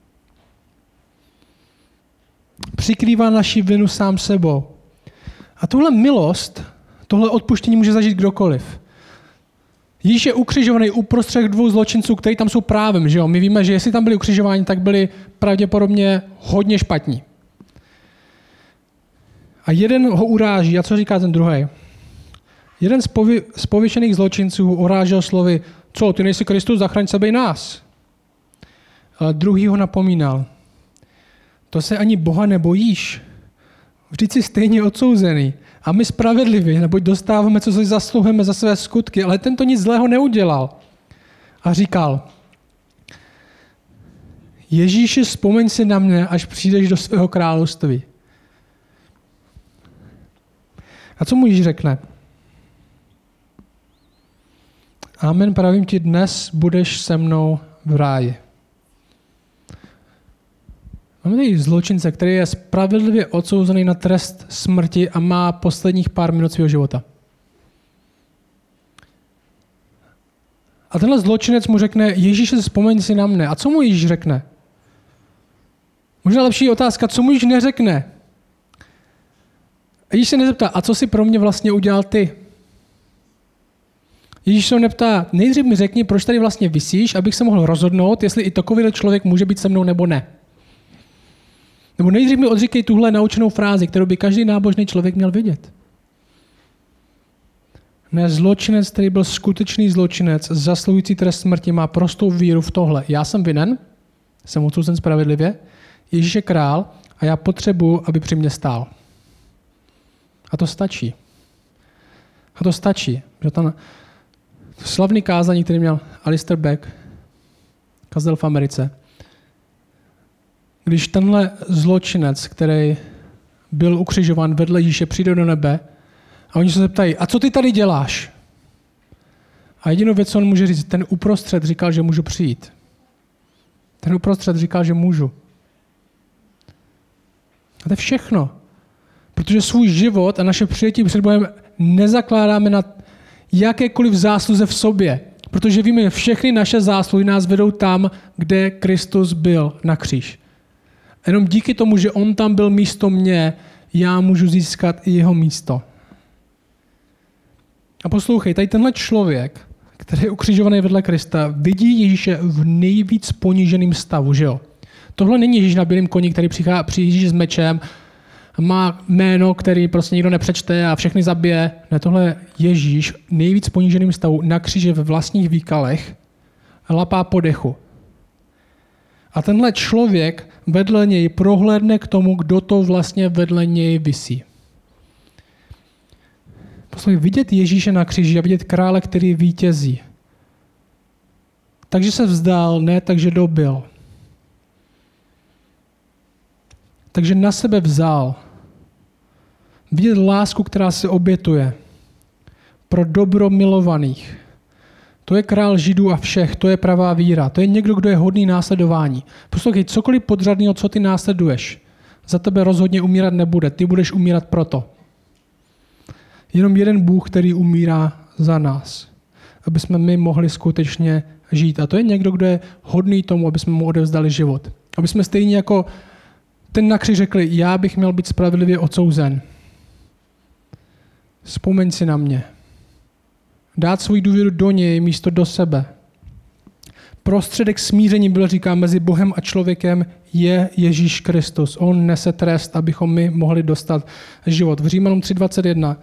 Přikrývá naši vinu sám sebou. A tuhle milost, tohle odpuštění může zažít kdokoliv. Ježíš je ukřižovaný uprostřed dvou zločinců, kteří tam jsou právem. Že jo? My víme, že jestli tam byli ukřižováni, tak byli pravděpodobně hodně špatní. A jeden ho uráží. A co říká ten druhý? Jeden z, pově- z pověšených zločinců urážel slovy, co, ty nejsi Kristus, zachraň sebe i nás. Ale druhý ho napomínal. To se ani Boha nebojíš. Vždyť jsi stejně odsouzený. A my spravedliví, neboť dostáváme, co si zasluhujeme za své skutky. Ale ten to nic zlého neudělal. A říkal, Ježíši, vzpomeň si na mě, až přijdeš do svého království. A co mu Ježíš řekne? Amen, pravím ti, dnes budeš se mnou v ráji. Máme tady zločince, který je spravedlivě odsouzený na trest smrti a má posledních pár minut svého života. A tenhle zločinec mu řekne, Ježíši, vzpomeň si na mne. A co mu Ježíš řekne? Možná lepší otázka, co mu Ježíš neřekne? Ježíš se nezeptá, a co jsi pro mě vlastně udělal ty? Ježíš se ho neptá, nejdřív mi řekni, proč tady vlastně visíš, abych se mohl rozhodnout, jestli i takovýhle člověk může být se mnou nebo ne. Nebo nejdřív mi odříkej tuhle naučenou frázi, kterou by každý nábožný člověk měl vědět. Ne, zločinec, který byl skutečný zločinec, zasluhující trest smrti, má prostou víru v tohle. Já jsem vinen, jsem odsouzen spravedlivě, Ježíš je král a já potřebuji, aby při mě stál. A to stačí. A to stačí. Že ten slavný kázání, který měl Alistair Beck, kazatel v Americe, když tenhle zločinec, který byl ukřižován vedle Ježíše, přijde do nebe a oni se zeptají, a co ty tady děláš? A jedinou věc, co on může říct, ten uprostřed říkal, že můžu přijít. Ten uprostřed říkal, že můžu. A to je všechno. Protože svůj život a naše přijetí před Bohem nezakládáme na jakékoliv zásluze v sobě. Protože víme, že všechny naše zásluhy nás vedou tam, kde Kristus byl na kříž. Jenom díky tomu, že on tam byl místo mě, já můžu získat i jeho místo. A poslouchej, tady tenhle člověk, který je ukřižovaný vedle Krista, vidí Ježíše v nejvíc poníženém stavu, že jo? Tohle není Ježíš na bílém koni, který přijíždí s mečem, má jméno, který prostě nikdo nepřečte a všechny zabije. Ne, tohle je Ježíš v nejvíc poníženém stavu na kříži ve vlastních výkalech a lapá po dechu. A tenhle člověk vedle něj prohlédne k tomu, kdo to vlastně vedle něj visí. Poslouchej, vidět Ježíše na kříži a vidět krále, který vítězí. Takže se vzdál, ne takže dobil. Takže na sebe vzal Vidět lásku, která se obětuje pro dobro milovaných. To je král Židů a všech, to je pravá víra. To je někdo, kdo je hodný následování. Poslouchej, cokoliv podřadného, co ty následuješ, za tebe rozhodně umírat nebude. Ty budeš umírat proto. Jenom jeden Bůh, který umírá za nás, aby jsme my mohli skutečně žít. A to je někdo, kdo je hodný tomu, aby jsme mu odevzdali život. Aby jsme stejně jako ten na křiži řekli, já bych měl být spravedlivě odsouzen. Vzpomeň si na mě. Dát svou důvěru do něj místo do sebe. Prostředek smíření, bylo říká, mezi Bohem a člověkem je Ježíš Kristus. On nese trest, abychom my mohli dostat život. V Římanům tři dvacet jedna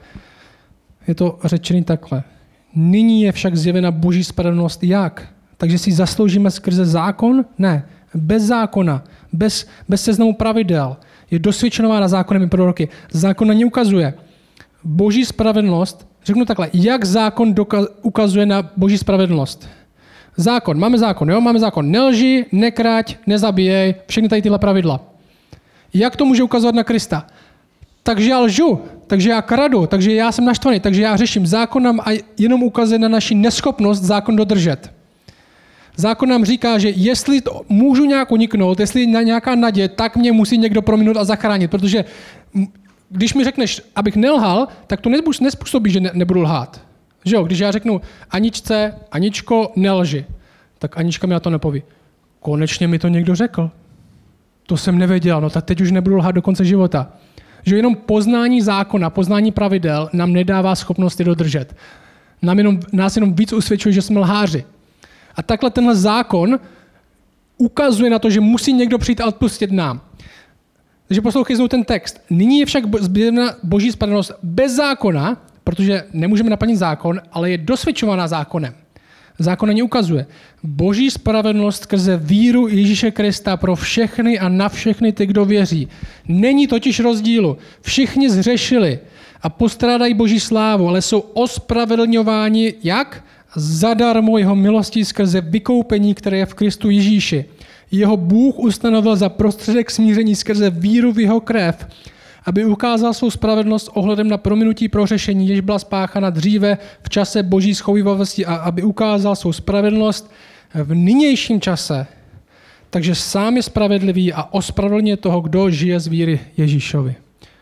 je to řečený takhle. Nyní je však zjevena Boží spravedlnost jak? Takže si zasloužíme skrze zákon? Ne. Bez zákona, bez, bez seznamu pravidel. Je dosvědčenována zákonem i proroky. Zákon na ně ukazuje. Boží spravedlnost, řeknu takhle, jak zákon doka- ukazuje na Boží spravedlnost? Zákon, máme zákon, jo? Máme zákon. Nelži, nekrať, nezabíjej, všechny tady tyhle pravidla. Jak to může ukazovat na Krista? Takže já lžu, takže já kradu, takže já jsem naštvaný, takže já řeším. Zákon nám jenom ukazuje na naši neschopnost zákon dodržet. Zákon nám říká, že jestli to můžu nějak uniknout, jestli na nějaká naděje, tak mě musí někdo prominout a zachránit, protože když mi řekneš, abych nelhal, tak to nespůsobí, že ne, nebudu lhát. Že jo? Když já řeknu Aničce, Aničko, nelži, tak Anička mi na to nepoví. Konečně mi to někdo řekl. To jsem nevěděl, no tak teď už nebudu lhát do konce života. Že jenom poznání zákona, poznání pravidel nám nedává schopnost je dodržet. Nám jenom, nás jenom víc usvědčuje, že jsme lháři. A takhle tenhle zákon ukazuje na to, že musí někdo přijít a odpustit nám. Takže poslouchej znovu ten text. Nyní je však zjevena Boží spravedlnost bez zákona, protože nemůžeme naplnit zákon, ale je dosvědčována zákonem. Zákon na ně ukazuje. Boží spravedlnost skrze víru Ježíše Krista pro všechny a na všechny ty, kdo věří. Není totiž rozdílu. Všichni zhřešili a postrádají Boží slávu, ale jsou ospravedlňováni jak? Zadarmo jeho milostí skrze vykoupení, které je v Kristu Ježíši. Jeho Bůh ustanovil za prostředek smíření skrze víru v jeho krev, aby ukázal svou spravedlnost ohledem na prominutí prohřešení, jež byla spáchána dříve v čase Boží schovívavosti a aby ukázal svou spravedlnost v nynějším čase. Takže sám je spravedlivý a ospravedlňuje toho, kdo žije z víry Ježíšovi.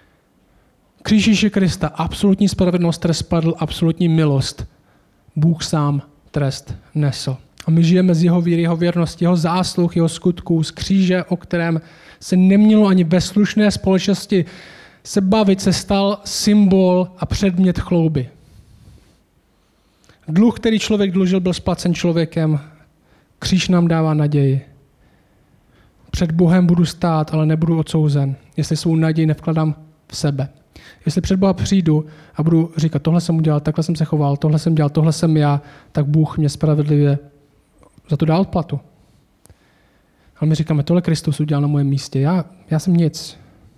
Kříž Ježíše Krista, absolutní spravedlnost, trest spadl, absolutní milost. Bůh sám trest nesl. A my žijeme z jeho víry, jeho věrnosti, jeho zásluh, jeho skutků, z kříže, o kterém se nemělo ani ve slušné společnosti se bavit, se stal symbol a předmět chlouby. Dluh, který člověk dlužil, byl splacen člověkem. Kříž nám dává naději. Před Bohem budu stát, ale nebudu odsouzen, jestli svou naději nevkladám v sebe. Jestli před Boha přijdu a budu říkat, tohle jsem udělal, takhle jsem se choval, tohle jsem dělal, tohle jsem já, tak Bůh mě spravedlivě za to dá odplatu. Ale my říkáme, tohle Kristus udělal na mojem místě, já, já jsem nic.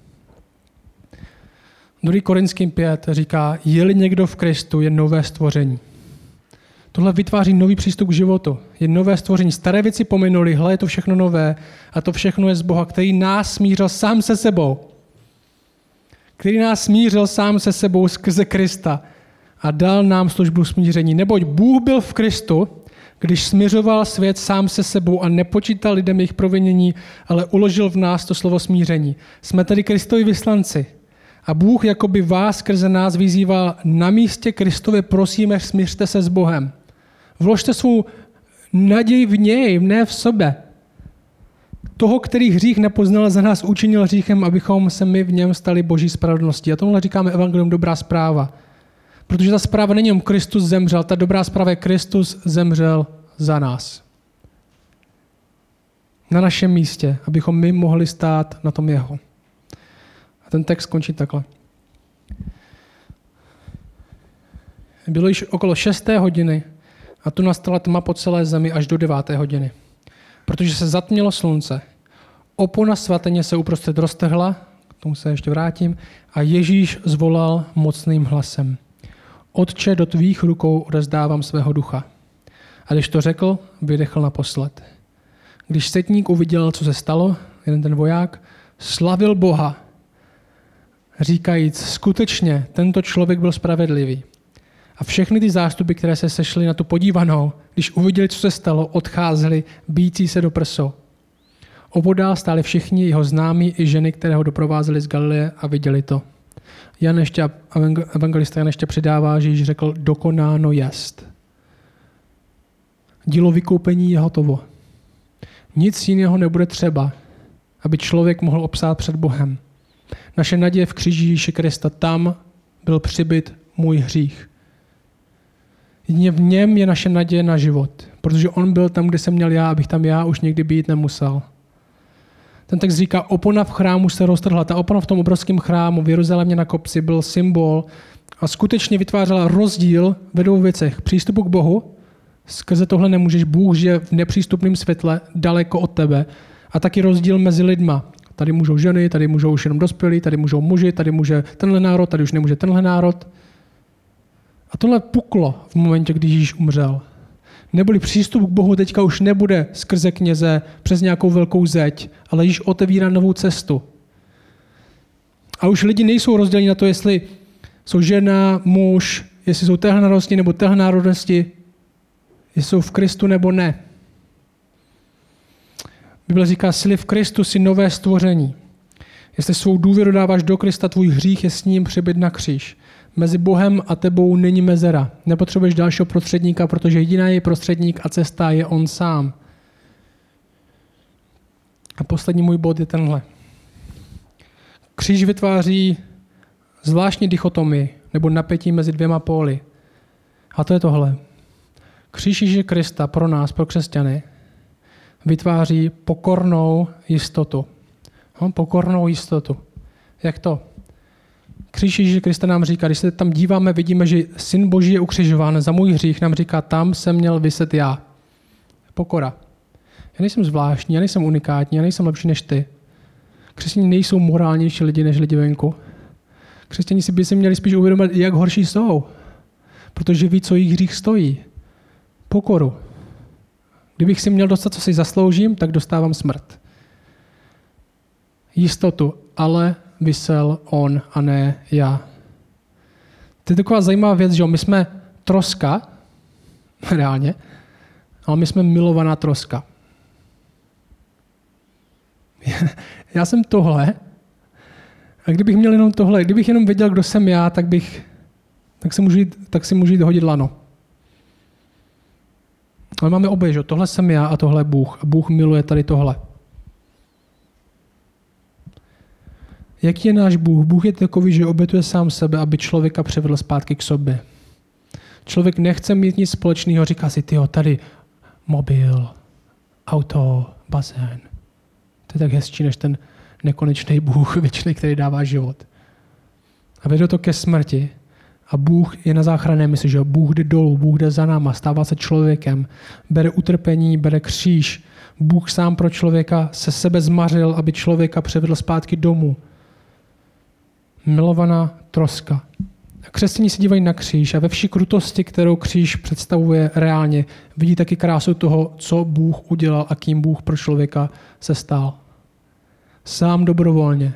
druhý Korinským pět říká, je-li někdo v Kristu, je nové stvoření. Tohle vytváří nový přístup k životu. Je nové stvoření. Staré věci pominuli, hle, je to všechno nové a to všechno je z Boha, který nás smířil sám se sebou. Který nás smířil sám se sebou skrze Krista a dal nám službu smíření. Neboť Bůh byl v Kristu, když smiřoval svět sám se sebou a nepočítal lidem jejich provinění, ale uložil v nás to slovo smíření. Jsme tedy Kristovi vyslanci. A Bůh jakoby vás skrze nás vyzýval na místě Kristově, prosíme, smířte se s Bohem. Vložte svou naději v něj, ne v sobě. Toho, který hřích nepoznal, za nás učinil hříchem, abychom se my v něm stali Boží spravedlností. A tomuhle říkáme evangelium dobrá zpráva. Protože ta zpráva není jen Kristus zemřel, ta dobrá zpráva je Kristus zemřel za nás. Na našem místě, abychom my mohli stát na tom jeho. A ten text končí takhle. Bylo již okolo šesté hodiny a tu nastala tma po celé zemi až do deváté hodiny. Protože se zatmělo slunce. Opona svatyně se uprostřed roztrhla, k tomu se ještě vrátím, a Ježíš zvolal mocným hlasem. Otče, do tvých rukou odezdávám svého ducha. A když to řekl, vydechl naposled. Když setník uviděl, co se stalo, jeden ten voják, slavil Boha. říkajíc, skutečně tento člověk byl spravedlivý. A všechny ty zástupy, které se sešly na tu podívanou, když uviděli, co se stalo, odcházeli, bijící se do prsou. Opodál stáli všichni jeho známí i ženy, které ho doprovázely z Galileje a viděli to. Jan ještě, evangelista Jan ještě přidává, že již řekl, dokonáno jest. Dílo vykoupení je hotovo. Nic jiného nebude třeba, aby člověk mohl obstát před Bohem. Naše naděje v kříži Ježíše Krista, tam byl přibyt můj hřích. Jedině v něm je naše naděje na život, protože on byl tam, kde jsem měl já, abych tam já už někdy být nemusel. Ten text říká, opona v chrámu se roztrhla. Ta opona v tom obrovském chrámu v Jeruzalémě na kopci byl symbol a skutečně vytvářela rozdíl ve dvou věcech. Přístupu k Bohu, skrze tohle nemůžeš, Bůh žije v nepřístupném světle, daleko od tebe, a taky rozdíl mezi lidma. Tady můžou ženy, tady můžou už jenom dospělí, tady můžou muži, tady může tenhle národ, tady už nemůže tenhle národ. A tohle puklo v momentě, kdy Ježíš umřel. Neboli přístup k Bohu teďka už nebude skrze kněze přes nějakou velkou zeď, ale Ježíš otevírá novou cestu. A už lidi nejsou rozděleni na to, jestli jsou žena, muž, jestli jsou téhle národnosti nebo téhle národnosti, jestli jsou v Kristu nebo ne. Bible říká, jsi v Kristu, jsi nové stvoření. Jestli svou důvěru dáváš do Krista, tvůj hřích je s ním přibyt na kříž. Mezi Bohem a tebou není mezera. Nepotřebuješ dalšího prostředníka, protože jediná je prostředník a cesta je on sám. A poslední můj bod je tenhle. Kříž vytváří zvláštní dichotomii nebo napětí mezi dvěma póly. A to je tohle. Kříž Ježíše Krista pro nás, pro křesťany, vytváří pokornou jistotu. Hm, pokornou jistotu. Jak to? Kříž Ježíše Krista nám říká, když se tam díváme, vidíme, že Syn Boží je ukřižován za můj hřích, nám říká, tam jsem měl viset já. Pokora. Já nejsem zvláštní, já nejsem unikátní, já nejsem lepší než ty. Křesťané nejsou morálnější lidi než lidi venku. Křesťané si by si měli spíš uvědomit, jak horší jsou, protože ví, co jejich hřích stojí. Pokoru. Kdybych si měl dostat, co si zasloužím, tak dostávám smrt. Jistotu, ale visel on a ne já. To je taková zajímavá věc, že my jsme troska, reálně, ale my jsme milovaná troska. Já jsem tohle a kdybych měl jenom tohle, kdybych jenom věděl, kdo jsem já, tak bych, tak si můžu jít, tak si můžu jít hodit lano. Ale máme obě, že tohle jsem já a tohle je Bůh. A Bůh miluje tady tohle. Jaký je náš Bůh? Bůh je takový, že obětuje sám sebe, aby člověka přivedl zpátky k sobě. Člověk nechce mít nic společného, říká si, tyjo, tady mobil, auto, bazén. To je tak hezčí, než ten nekonečný Bůh, věčný, který dává život. A vede to ke smrti. A Bůh je na záchranné mysli, že Bůh jde dolů, Bůh jde za náma, stává se člověkem, bere utrpení, bere kříž. Bůh sám pro člověka se sebe zmařil, aby člověka přivedl zpátky domů. Milovaná troska. A křesťané se dívají na kříž a ve vší krutosti, kterou kříž představuje reálně, vidí taky krásu toho, co Bůh udělal a kým Bůh pro člověka se stal. Sám dobrovolně.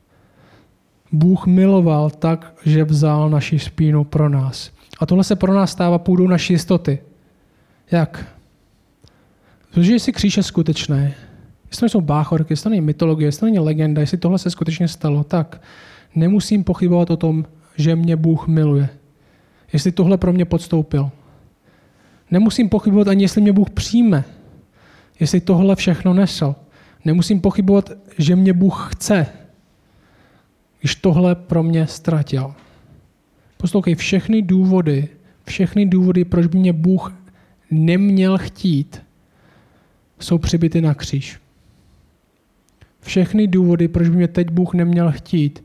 Bůh miloval tak, že vzal naši spínu pro nás. A tohle se pro nás stává půdou naší jistoty. Jak? Protože jestli kříž je skutečné, jestli to nejsou báchorky, jestli to není mytologie, jestli to není legenda, jestli tohle se skutečně stalo, tak nemusím pochybovat o tom, že mě Bůh miluje. Jestli tohle pro mě podstoupil. Nemusím pochybovat ani, jestli mě Bůh přijme. Jestli tohle všechno nesl. Nemusím pochybovat, že mě Bůh chce, když tohle pro mě ztratil. Poslouchej, všechny důvody, všechny důvody, proč by mě Bůh neměl chtít, jsou přibyty na kříž. Všechny důvody, proč by mě teď Bůh neměl chtít,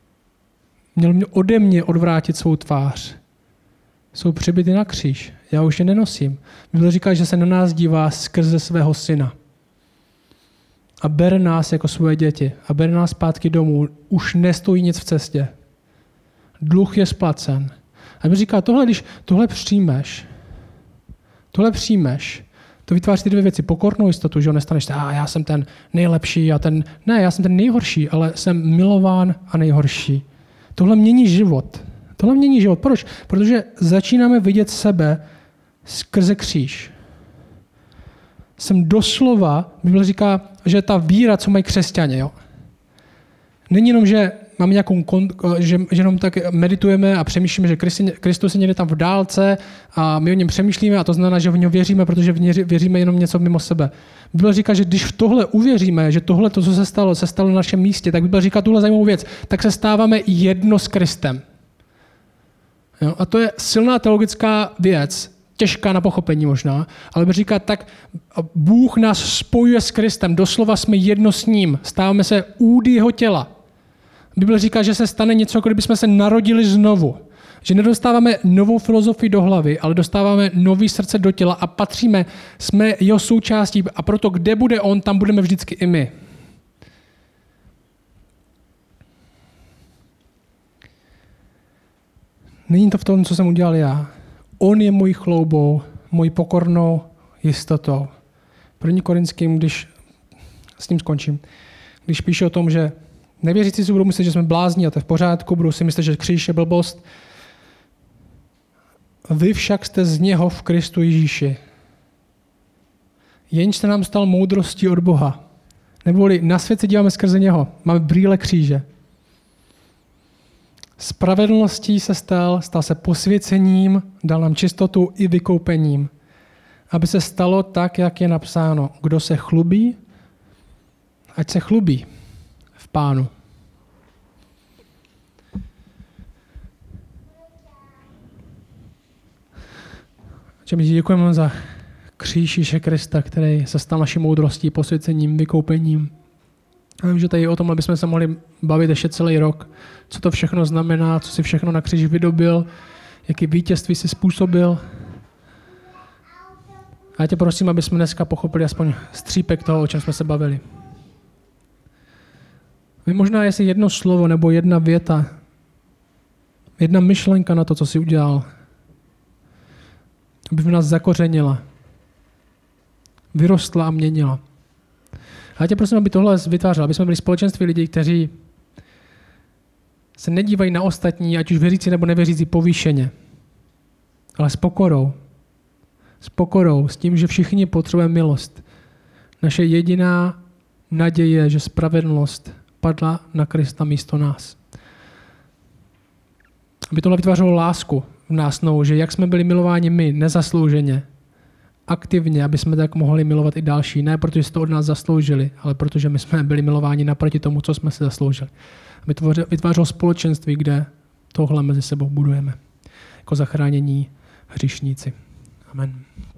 měl mě ode mě odvrátit svou tvář, jsou přibyty na kříž. Já už je nenosím. Bible říká, že se na nás dívá skrze svého syna. A bere nás jako svoje děti. A bere nás zpátky domů. Už nestojí nic v cestě. Dluh je splacen. A Bible říká, tohle, když tohle přijmeš, tohle přijmeš, to vytváří ty dvě věci. Pokornou jistotu, že nestaneš, a já jsem ten nejlepší a ten, ne, já jsem ten nejhorší, ale jsem milován a nejhorší. Tohle mění život. Tohle mění život. Proč? Protože začínáme vidět sebe skrze kříž. Jsem doslova, Bible říká, že ta víra, co mají křesťané, jo? Není jenom, že máme nějakou, že, že jenom tak meditujeme a přemýšlíme, že Kristus je někde tam v dálce a my o něm přemýšlíme a to znamená, že v něm věříme, protože v něm věříme jenom něco mimo sebe. Bible říká, že když v tohle uvěříme, že tohle, to, co se stalo, se stalo na našem místě, tak Bible říká tuhle zajímavou věc, tak se stáváme jedno s Kristem. Jo? A to je silná teologická věc, těžká na pochopení možná, ale Bible říká tak, Bůh nás spojuje s Kristem, doslova jsme jedno s ním, stáváme se údy jeho těla. Bible říká, že se stane něco, jako kdybychom se narodili znovu. Že nedostáváme novou filozofii do hlavy, ale dostáváme nový srdce do těla a patříme, jsme jeho součástí a proto kde bude on, tam budeme vždycky i my. Není to v tom, co jsem udělal já. On je mojí chloubou, mojí pokornou jistotou. První Korinským, když s tím skončím, když píše o tom, že nevěřící si budou myslet, že jsme blázní a to je v pořádku, budou si myslet, že kříž je blbost. Vy však jste z něho v Kristu Ježíši. Jenž se nám stal moudrostí od Boha. Neboli na svět se díváme skrze něho. Máme brýle kříže. Spravedlností se stal, stal se posvěcením, dal nám čistotu i vykoupením. Aby se stalo tak, jak je napsáno. Kdo se chlubí, ať se chlubí v Pánu. Že my děkujeme za kříž Ježíše Krista, který se stal naší moudrostí, posvěcením, vykoupením. A vím, že tady o tom, bychom se mohli bavit ještě celý rok, co to všechno znamená, co si všechno na kříži vydobil, jaký vítězství si způsobil. A já tě prosím, aby jsme dneska pochopili aspoň střípek toho, o čem jsme se bavili. Vy možná, jestli jedno slovo nebo jedna věta, jedna myšlenka na to, co jsi udělal, aby v nás zakořenila, vyrostla a měnila. A já tě prosím, aby tohle vytvářel, aby jsme byli společenství lidí, kteří se nedívají na ostatní, ať už věřící nebo nevěřící, povýšeně, ale s pokorou. S pokorou, s tím, že všichni potřebujeme milost. Naše jediná naděje je, že spravedlnost padla na Krista místo nás. Aby tohle vytvářelo lásku v nás novou, že jak jsme byli milováni my, nezaslouženě, aktivně, aby jsme tak mohli milovat i další. Ne protože jste to od nás zasloužili, ale protože my jsme byli milováni naproti tomu, co jsme si zasloužili. Aby to vytvářelo společenství, kde tohle mezi sebou budujeme. Jako zachránění hříšníci. Amen.